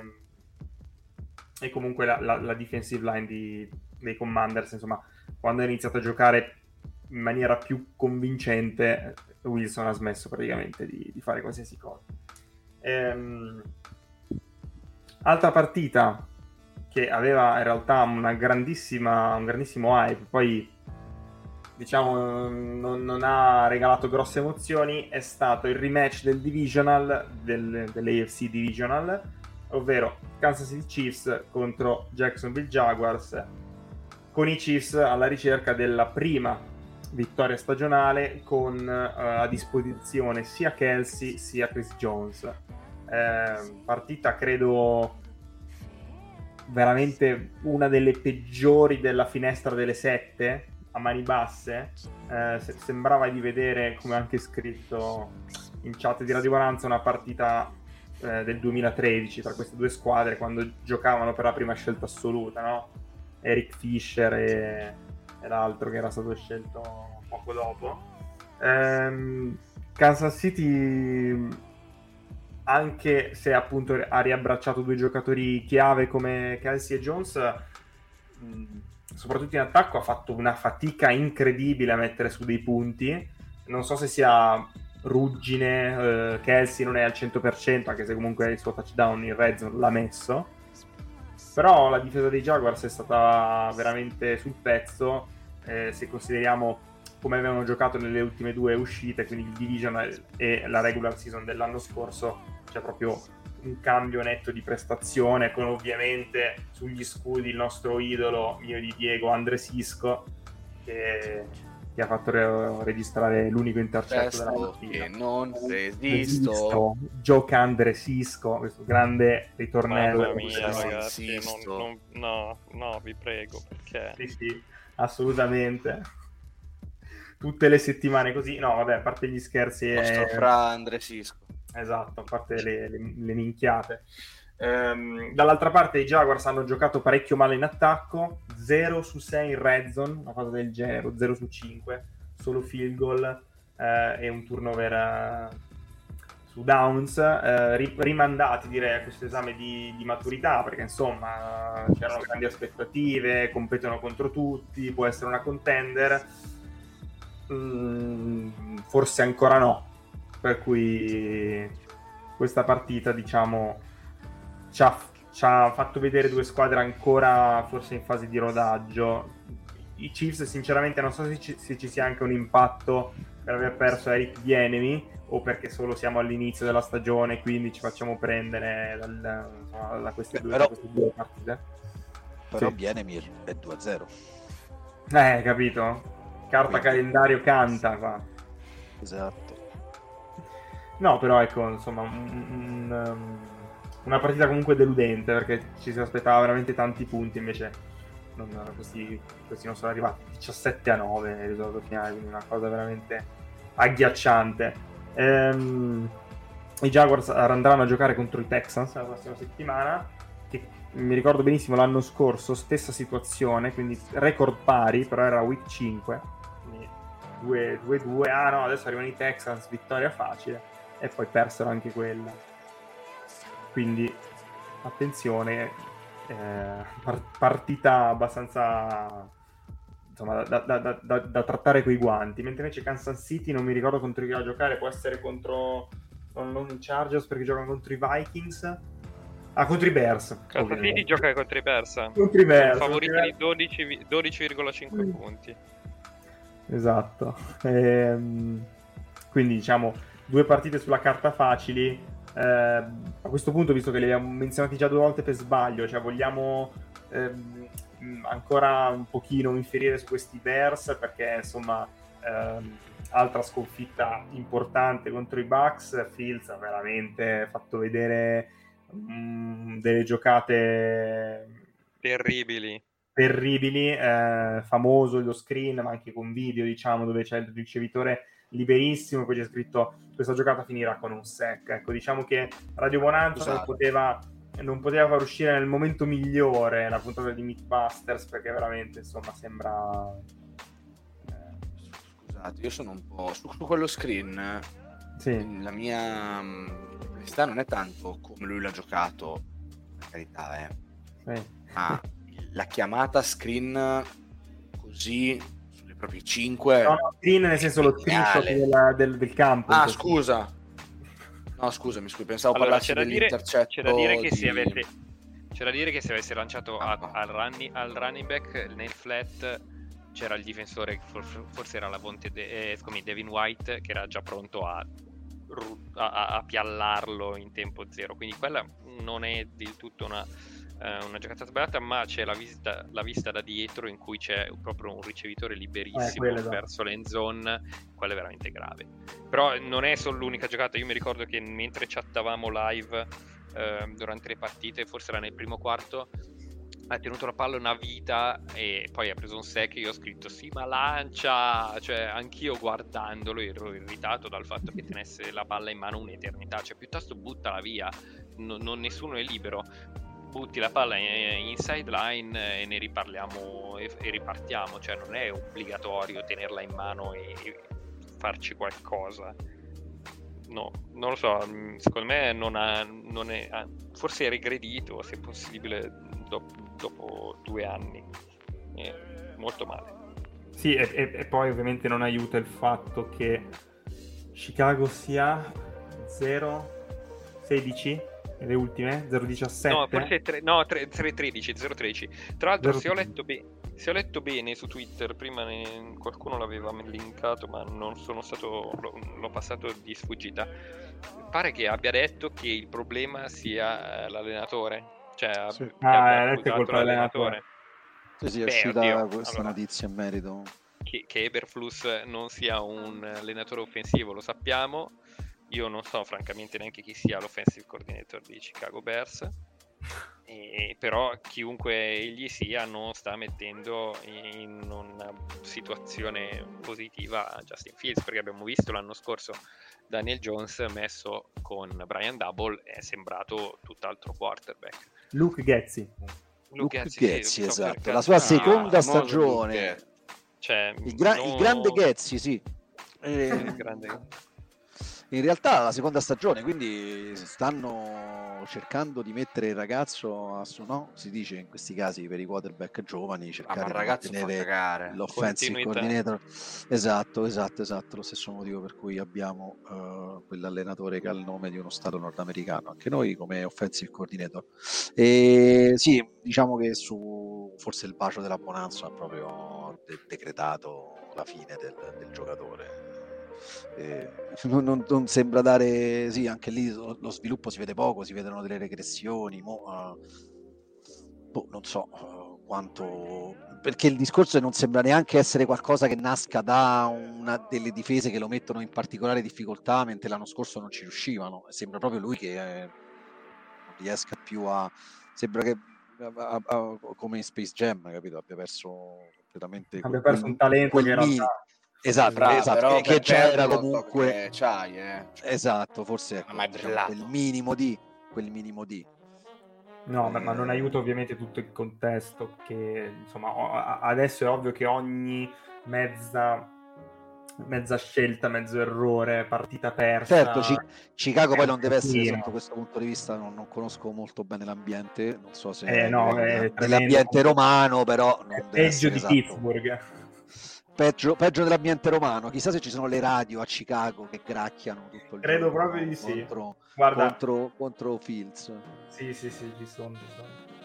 e comunque la, la, la defensive line di, dei Commanders, insomma, quando ha iniziato a giocare in maniera più convincente, Wilson ha smesso praticamente di, di fare qualsiasi cosa. Ehm, altra partita che aveva in realtà una grandissima, un grandissimo hype, poi diciamo non, non ha regalato grosse emozioni, è stato il rematch del divisional, del, dell'A F C Divisional, ovvero Kansas City Chiefs contro Jacksonville Jaguars, con i Chiefs alla ricerca della prima vittoria stagionale, con uh, a disposizione sia Kelsey sia Chris Jones. Eh, partita credo veramente una delle peggiori della finestra delle sette a mani basse. Eh, se- sembrava di vedere, come anche scritto in chat di Radio Bonanza, una partita eh, del duemilatredici tra queste due squadre, quando giocavano per la prima scelta assoluta, no? Eric Fisher e, e l'altro che era stato scelto poco dopo. Ehm, Kansas City, anche se appunto ha riabbracciato due giocatori chiave come Kelsey e Jones, mh, soprattutto in attacco ha fatto una fatica incredibile a mettere su dei punti. Non so se sia ruggine, eh, Kelsey non è al cento per cento, anche se comunque il suo touchdown in red zone l'ha messo, però la difesa dei Jaguars è stata veramente sul pezzo, eh, se consideriamo come avevano giocato nelle ultime due uscite, quindi il divisional e la regular season dell'anno scorso. C'è proprio un cambio netto di prestazione, con ovviamente sugli scudi il nostro idolo, mio di Diego, Andre Sisco, che, che ha fatto re- registrare l'unico intercetto della partita. Che non resisto. Resisto. Gioca Andre Sisco, questo grande ritornello. Mamma mia, ragazzi, non, non, no, no, vi prego, perché... Sì, sì, assolutamente. Tutte le settimane così. No, vabbè, a parte gli scherzi... Nostro è... fra Andre Sisco. Esatto, a parte le, le, le minchiate. Ehm, dall'altra parte i Jaguars hanno giocato parecchio male in attacco, zero su sei in red zone, una cosa del genere, zero su cinque, solo field goal eh, e un turnover eh, su downs, eh, ri- rimandati direi a questo esame di, di maturità, perché insomma c'erano grandi aspettative, competono contro tutti, può essere una contender, mm, forse ancora no. Per cui questa partita, diciamo, ci ha, ci ha fatto vedere due squadre ancora forse in fase di rodaggio. I Chiefs, sinceramente, non so se ci, se ci sia anche un impatto per aver perso Eric Bieniemy o perché solo siamo all'inizio della stagione, quindi ci facciamo prendere dal, insomma, da queste due, Però- da queste due partite. Però Sì. Bieniemy è due a zero. Eh, capito? Carta Quindi- calendario canta qua. Esatto. No, però ecco, insomma, un- un- um, una partita comunque deludente, perché ci si aspettava veramente tanti punti, invece non, questi, questi non sono arrivati. diciassette a nove nel risultato finale, quindi una cosa veramente agghiacciante. Ehm, I Jaguars andranno a giocare contro i Texans la prossima settimana, che mi ricordo benissimo l'anno scorso, stessa situazione, quindi record pari, però era week cinque, quindi due due. Ah no, adesso arrivano i Texans, vittoria facile. E poi persero anche quella, quindi attenzione, eh, par- partita abbastanza, insomma, da, da- da- da- da trattare coi guanti, mentre invece Kansas City non mi ricordo contro chi va a giocare, può essere contro non, non i Chargers perché giocano contro i Vikings, ah contro i Bears, Kansas ovviamente. City gioca contro i Bears. Contro i Bears, Favoriti contro i di dodici vi- dodici virgola cinque Mm. punti. Esatto. Ehm, quindi diciamo due partite sulla carta facili. Eh, a questo punto, visto che le abbiamo menzionati già due volte per sbaglio, cioè vogliamo ehm, ancora un pochino infierire su questi Bears, perché insomma ehm, altra sconfitta importante contro i Bucks. Fields ha veramente fatto vedere mm, delle giocate Terribili. terribili, eh, famoso lo screen, ma anche con video, diciamo, dove c'è il ricevitore liberissimo, poi c'è scritto questa giocata finirà con un sack. Ecco, diciamo che Radio Bonanza non Esatto. poteva non poteva far uscire nel momento migliore la puntata di Mythbusters, perché veramente insomma sembra eh... scusate, io sono un po' su, su quello screen, sì. La mia perplessità non è tanto come lui l'ha giocato, per carità, eh. Sì. Ma la chiamata screen così sulle proprie cinque, no, no, screen nel senso lo screenshot del, del, del campo. Ah, scusa. No, scusami, scusi, pensavo allora, parlassi dell'intercetto. C'è da dire che di... se avesse c'è da dire che se avesse lanciato a, al, running, al running back nel flat c'era il difensore, forse era la Vonte De, eh, come Devin White, che era già pronto a, a, a piallarlo in tempo zero, quindi quella non è del tutto una, uh, una giocata sbagliata, ma c'è la vista, la vista da dietro in cui c'è proprio un ricevitore liberissimo eh, verso l'end zone, quella è veramente grave. Però non è solo l'unica giocata, io mi ricordo che mentre chattavamo live eh, durante le partite, forse era nel primo quarto, ha tenuto la palla una vita e poi ha preso un sack e io ho scritto sì ma lancia, cioè anch'io guardandolo ero irritato dal fatto che tenesse la palla in mano un'eternità, cioè piuttosto buttala via, no, non nessuno è libero, butti la palla in, in sideline e ne riparliamo e, e ripartiamo, cioè non è obbligatorio tenerla in mano e, e farci qualcosa. No, non lo so, secondo me non ha, non è, forse è regredito se possibile dopo, dopo due anni, è molto male. Sì, e, e, e poi ovviamente non aiuta il fatto che Chicago sia zero sedici le ultime, zero diciassette no, forse tre, no, tre tredici, zero tredici. Tra l'altro se ho letto bene Se ho letto bene su Twitter, prima ne, qualcuno l'aveva linkato, ma non sono stato, l'ho, l'ho passato di sfuggita. Pare che abbia detto che il problema sia l'allenatore, cioè sì. che ah, abbia accusato l'allenatore. Sì, sì, è Beh, uscita oddio, questa allora, notizia in merito. Che, che Eberflus non sia un allenatore offensivo, lo sappiamo. Io non so francamente neanche chi sia l'offensive coordinator di Chicago Bears. E però chiunque egli sia non sta mettendo in una situazione positiva Justin Fields, perché abbiamo visto l'anno scorso Daniel Jones messo con Brian Double è sembrato tutt'altro quarterback. Luke Getsy Luke Getsy, esatto, la sua seconda ah, stagione, cioè, il, gra- no... il grande Getsy, sì. E... il grande... in realtà la seconda stagione, quindi stanno cercando di mettere il ragazzo a su, no? Si dice in questi casi per i quarterback giovani cercare ah, di ragazzo mantenere l'offensive coordinator. Esatto, esatto, esatto, lo stesso motivo per cui abbiamo uh, quell'allenatore che ha il nome di uno stato nordamericano, anche noi come offensive coordinator. E sì, diciamo che su forse il bacio della Bonanza ha proprio de- decretato la fine del, del giocatore. Eh, non, non, non sembra dare, sì, anche lì lo, lo sviluppo si vede poco, si vedono delle regressioni, mo, uh, boh, non so uh, quanto, perché il discorso non sembra neanche essere qualcosa che nasca da una delle difese che lo mettono in particolare difficoltà, mentre l'anno scorso non ci riuscivano, sembra proprio lui che eh, non riesca più a, sembra che a, a, a, come in Space Jam, capito, abbia perso completamente abbia quel, perso un talento quel che in realtà esatto, Brava, esatto, però che, che c'era comunque che c'hai, eh. esatto, forse ecco, ma diciamo, quel minimo di quel minimo di no, eh... ma non aiuta ovviamente tutto il contesto che insomma adesso è ovvio che ogni mezza mezza scelta, mezzo errore, partita persa. Certo, C- Chicago poi non deve essere sotto questo punto di vista, non, non conosco molto bene l'ambiente, non so se eh, no, è nell'ambiente romano, però non è deve peggio essere di esatto. Pittsburgh. Peggio, peggio dell'ambiente romano, chissà se ci sono le radio a Chicago che gracchiano tutto il credo giorno proprio di sì contro, Guarda, contro, contro Fields. Sì, sì, sì, ci sono, ci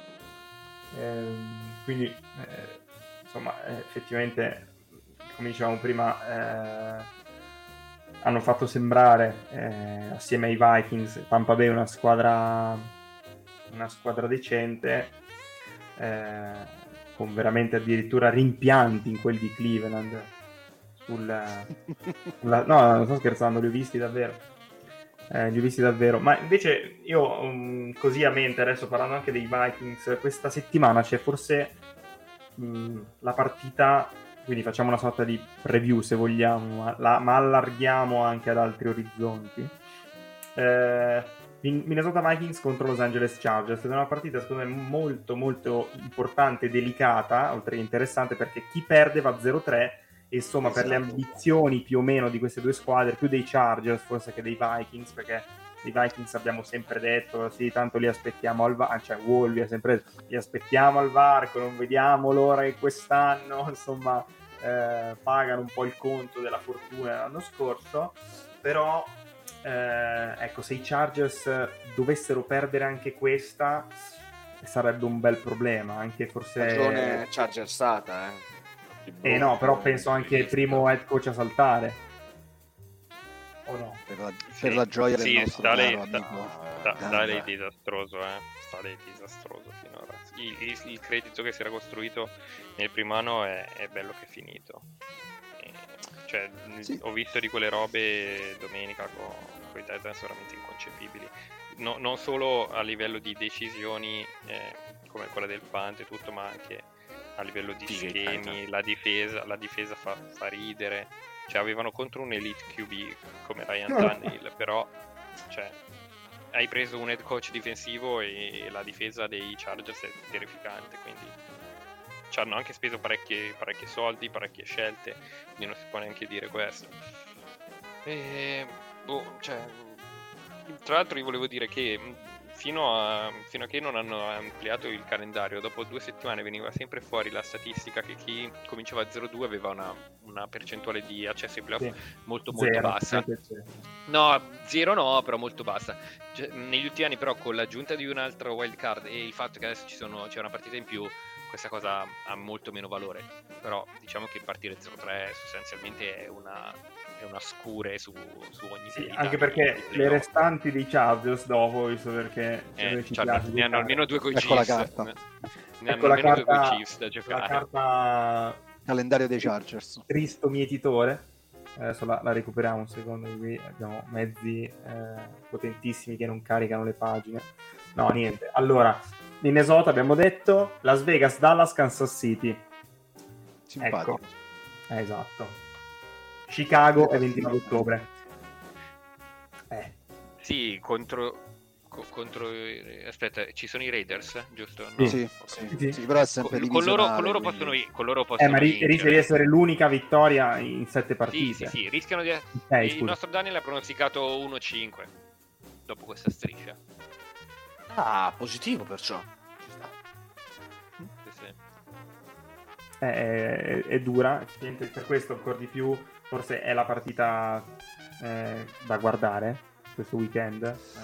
sono. Ehm, quindi eh, insomma effettivamente come dicevamo prima eh, hanno fatto sembrare eh, assieme ai Vikings Tampa Bay una squadra una squadra decente eh, con veramente addirittura rimpianti in quelli di Cleveland sul, sulla, no, non sto scherzando, li ho visti davvero eh, li ho visti davvero ma invece io um, così a mente adesso parlando anche dei Vikings questa settimana c'è forse mh, la partita, quindi facciamo una sorta di preview se vogliamo ma, la, ma allarghiamo anche ad altri orizzonti eh, Minnesota Vikings contro Los Angeles Chargers, ed è una partita secondo me molto molto importante e delicata, oltre che interessante, perché chi perde va zero tre e insomma esatto. Per le ambizioni più o meno di queste due squadre, più dei Chargers forse che dei Vikings, perché i Vikings abbiamo sempre detto sì, tanto li aspettiamo al VAR, cioè Wolvi ha sempre detto li aspettiamo al varco, non vediamo l'ora che quest'anno insomma eh, pagano un po' il conto della fortuna dell'anno scorso, però Eh, ecco, se i Chargers dovessero perdere anche questa sarebbe un bel problema, anche forse ragione Chargers stata eh. eh no, però penso anche il primo head coach a saltare, o no? Per la, sì, per la gioia sì, del nostro Staley, caro amico sta, sta, Staley è disastroso eh. Staley è disastroso finora. Il, il, il credito che si era costruito nel primo anno è, è bello che è finito. Cioè, sì. Ho visto di quelle robe domenica con, con i Titans veramente inconcepibili, no, non solo a livello di decisioni eh, come quella del punt e tutto, ma anche a livello di sì, schemi, la difesa, la difesa fa, fa ridere, cioè avevano contro un elite Q B come Ryan Tannehill, però cioè, hai preso un head coach difensivo e la difesa dei Chargers è terrificante, quindi ci hanno anche speso parecchi, parecchi soldi, parecchie scelte, quindi non si può neanche dire questo. E, boh, cioè, tra l'altro io volevo dire che fino a, fino a che non hanno ampliato il calendario, dopo due settimane veniva sempre fuori la statistica che chi cominciava a zero due aveva una, una percentuale di accesso ai playoff sì. molto molto zero, bassa. No, zero no, però molto bassa. Cioè, negli ultimi anni però con l'aggiunta di un altro wild card e il fatto che adesso ci sono, c'è una partita in più, questa cosa ha molto meno valore, però diciamo che partire zero tre sostanzialmente è una, è una scure su, su ogni sì, anche perché le restanti dei Chargers dopo, visto perché eh, cioè, ne hanno almeno due coi ecco Chiefs, la carta. ne ecco hanno la almeno carta, due coi Chiefs da giocare. La carta calendario dei Chargers, tristo mietitore. Adesso la, la recuperiamo un secondo, qui abbiamo mezzi eh, potentissimi che non caricano le pagine. No, niente. Allora, Minnesota abbiamo detto, Las Vegas, Dallas, Kansas City. Simpatico. Ecco. Eh, esatto. Chicago è ventinove ottobre. Eh. Sì, contro co- contro aspetta, ci sono i Raiders, giusto? No? Sì, sì, sì, sì, però è sempre con, con loro con loro quindi... possono con loro possono Eh, ma ri- rischia di essere l'unica vittoria in sette partite. Sì, sì, sì, rischiano di eh, il nostro Daniel ha pronosticato uno cinque dopo questa striscia. Ah, positivo perciò. Sì, sì. È, è, è dura, per questo ancora di più forse è la partita eh, da guardare questo weekend.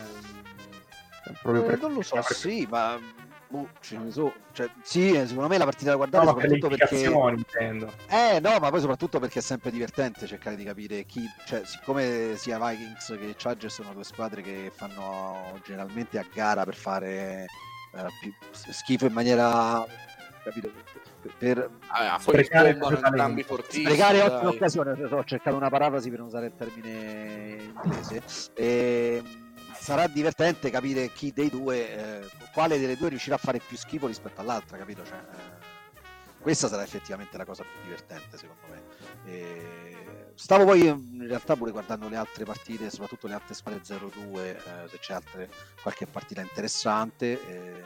Eh, proprio eh, per... non lo so, perché... sì, ma boh, ce ne so. Cioè, sì, secondo me la partita da guardare no, soprattutto per perché intendo. Eh no, ma poi soprattutto perché è sempre divertente cercare di capire chi, cioè siccome sia Vikings che Chargers sono due squadre che fanno generalmente a gara per fare eh, più schifo in maniera, capito, per, per ah, sprecare entrambi fortissimi, sprecare ottime occasioni. Ho cercato una parafrasi per non usare il termine inglese. E sarà divertente capire chi dei due, eh, quale delle due riuscirà a fare più schifo rispetto all'altra, capito? Cioè, eh, questa sarà effettivamente la cosa più divertente, secondo me. E stavo poi in realtà pure guardando le altre partite, soprattutto le altre squadre zero due, eh, se c'è altre, qualche partita interessante. Eh...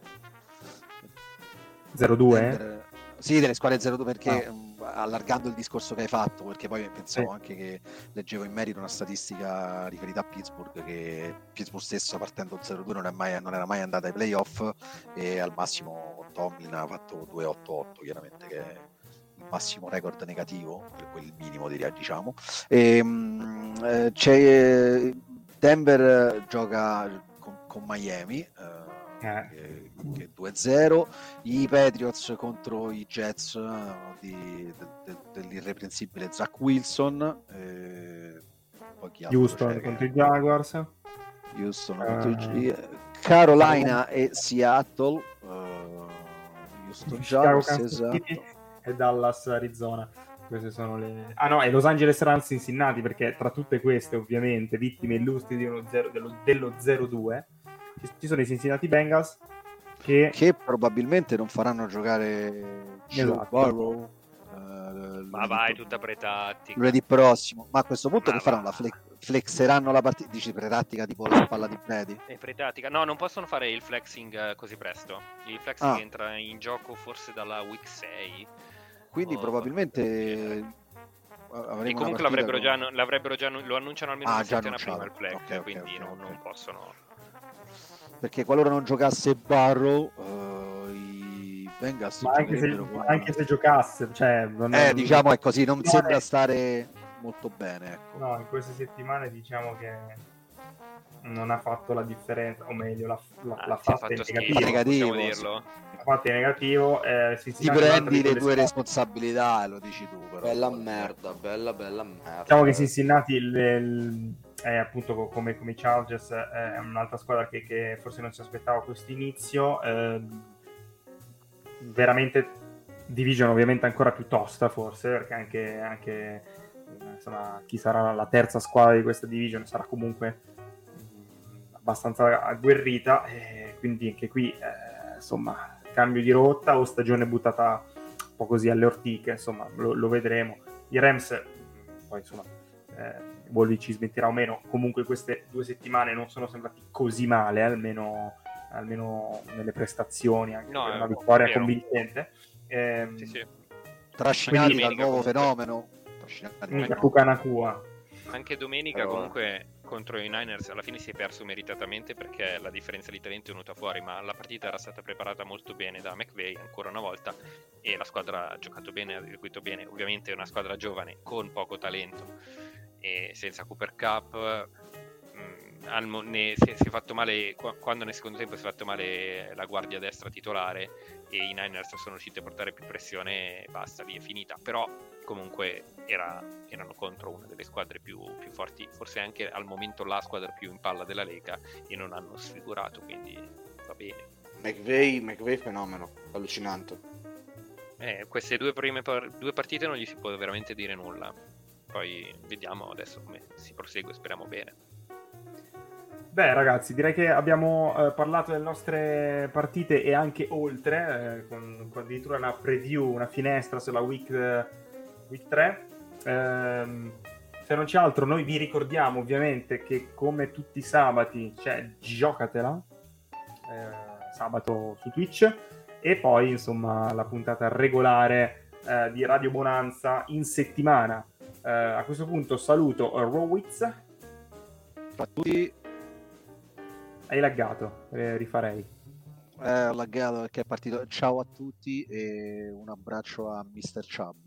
zero due? Denver... Sì, delle squadre zero due, perché ah. mh, allargando il discorso che hai fatto, perché poi pensavo sì. anche che leggevo in merito una statistica riferita a Pittsburgh, che Pittsburgh stesso partendo zero due non, è mai, non era mai andata ai playoff, e al massimo Tomlin ha fatto due otto otto, chiaramente, che è il massimo record negativo, per quel minimo direi, diciamo. E, mh, c'è Denver gioca con, con Miami, eh, che, che due zero, i Patriots contro i Jets di, de, de, dell'irreprensibile Zach Wilson, eh, Houston contro i Jaguars, Houston uh, contro i Carolina e Seattle, uh, Houston Jaguars, esatto. E Dallas Arizona. Queste sono le... Ah no, e Los Angeles Rams Cincinnati, perché tra tutte queste ovviamente vittime illustri di uno zero, dello, dello zero due ci sono i Cincinnati Bengals che... che probabilmente non faranno giocare Joe esatto. Burrow, uh, ma vai tutta pre-tattica lunedì prossimo, ma a questo punto ma che faranno la, flex, flexeranno la partita, dici pretattica tipo la spalla di Brady? È pretattica. No, non possono fare il flexing eh, così presto. Il flexing Ah. entra in gioco forse dalla week sei. Quindi Oh, probabilmente eh, avremo E una comunque partita l'avrebbero con- già, l'avrebbero già, lo annunciano almeno Ah, una già settimana prima il annunciato. flex, Ok, ok, quindi ok, non, ok. non possono. perché qualora non giocasse Barrow eh, i Bengals Ma anche se, giocherebbero con- anche se giocasse, cioè, non eh diciamo è così, non No, sembra eh. stare molto bene, ecco. No, in queste settimane diciamo che non ha fatto la differenza, o meglio, l'ha, l'ha, Ah, l'ha si è fatta in fatto negativo. schifo, Negativo, possiamo sì. dirlo. L'ha fatta in negativo. Eh, si Ti prendi le tue responsabilità e lo dici tu però. Bella merda, bella bella merda. Diciamo che Cincinnati il, il, è appunto co- come, come i Chargers eh, è un'altra squadra che, che forse non si aspettava questo inizio. Eh, veramente division ovviamente ancora più tosta forse, perché anche, anche eh, insomma, chi sarà la terza squadra di questa division sarà comunque mh, abbastanza agguerrita, e quindi anche qui eh, insomma cambio di rotta o stagione buttata un po' così alle ortiche, insomma lo, lo vedremo. I Rams poi insomma eh, Wolvi ci smetterà o meno, comunque queste due settimane non sono sembrati così male, almeno, almeno nelle prestazioni, anche No, per è una vittoria vero. convincente. Ehm, Sì, sì. Trascinati Quindi dal domenica nuovo comunque- fenomeno. Trascinati dal Mica nuovo- Pucanacua. Anche domenica Però- comunque contro i Niners alla fine si è perso meritatamente perché la differenza di talento è venuta fuori, ma la partita era stata preparata molto bene da McVay ancora una volta e la squadra ha giocato bene, ha eseguito bene. Ovviamente è una squadra giovane con poco talento e senza Cooper Cup. mh, al mo- ne- si, è, si è fatto male qua- quando nel secondo tempo si è fatto male la guardia destra titolare e i Niners sono riusciti a portare più pressione e basta, lì è finita. Però comunque era, erano contro una delle squadre più, più forti, forse anche al momento la squadra più in palla della Lega, e non hanno sfigurato, quindi va bene. McVay, McVay fenomeno, allucinante. Eh, queste due prime par- due partite non gli si può veramente dire nulla, poi vediamo adesso come si prosegue, speriamo bene. Beh ragazzi, direi che abbiamo eh, parlato delle nostre partite e anche oltre, eh, con, con addirittura una preview, una finestra sulla week, eh, week tre. Ehm, se non c'è altro, noi vi ricordiamo ovviamente che come tutti i sabati c'è Giocatela, eh, sabato su Twitch, e poi insomma la puntata regolare eh, di Radio Bonanza in settimana. Eh, a questo punto saluto uh, Rowitz. A tutti. Hai laggato, eh, rifarei. Eh, ho laggato perché è partito. Ciao a tutti e un abbraccio a mister Chubb.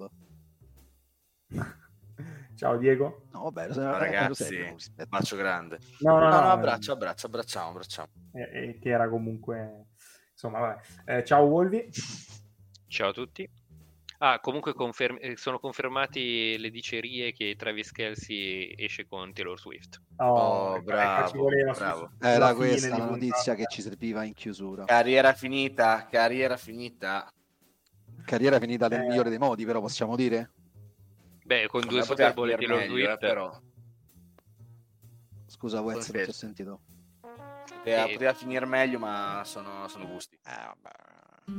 Ciao Diego. No, vabbè, Ciao, eh, ragazzi, serio, un bacio grande. No, no, no, no, abbraccio, abbraccio, abbracciamo, abbracciamo. eh, eh, che era comunque insomma vabbè. Eh, ciao Wolvi. Ciao a tutti. Ah, comunque conferm- eh, sono confermati le dicerie che Travis Kelce esce con Taylor Swift. Oh, Oh, ecco, bravo, ci voleva su- bravo. sulla Era fine questa di la notizia puntata. che ci serviva in chiusura. Carriera finita, carriera finita. Carriera finita nel Eh. migliore dei modi, però possiamo dire? Beh, con Come due poteva Super Bowl e finire Taylor meglio, Swift, eh, però. Scusa, Wes, non ti ho Perfetto. sentito. Poteva, E- poteva finire meglio, ma sono, sono gusti. Eh,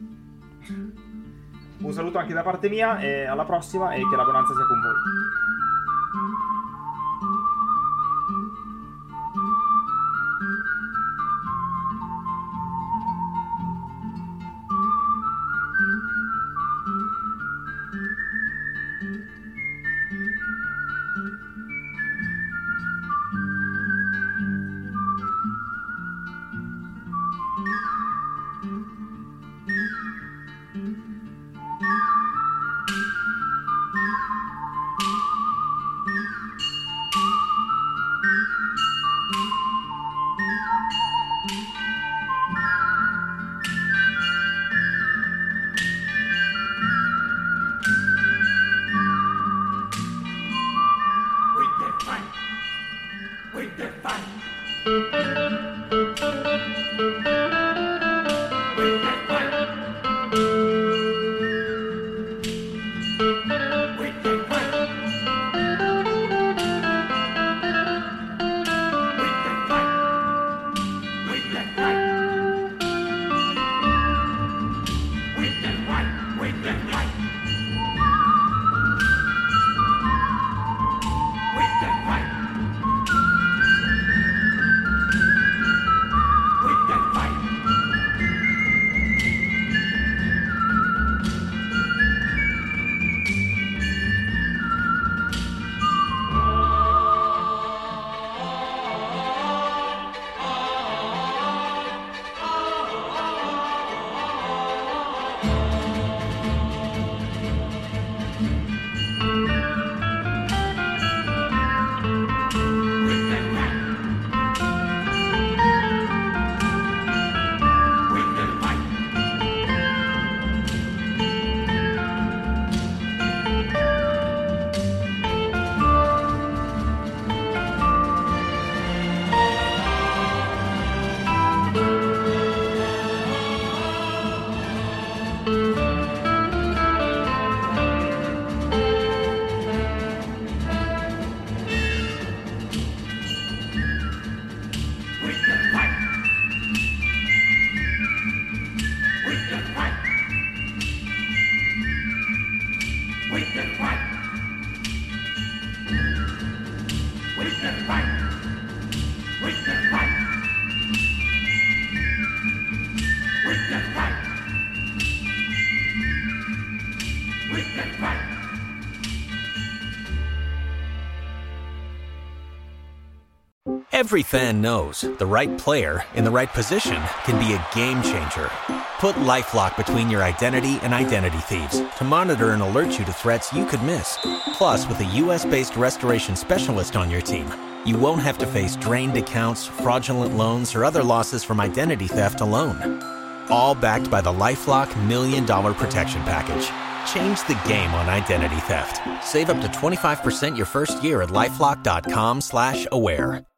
Un saluto anche da parte mia e alla prossima, e che la bonanza sia con voi. Every fan knows the right player in the right position can be a game changer. Put LifeLock between your identity and identity thieves to monitor and alert you to threats you could miss. Plus, with a U S-based restoration specialist on your team, you won't have to face drained accounts, fraudulent loans, or other losses from identity theft alone. All backed by the LifeLock Million Dollar Protection Package. Change the game on identity theft. Save up to twenty-five percent your first year at LifeLock.com slash aware.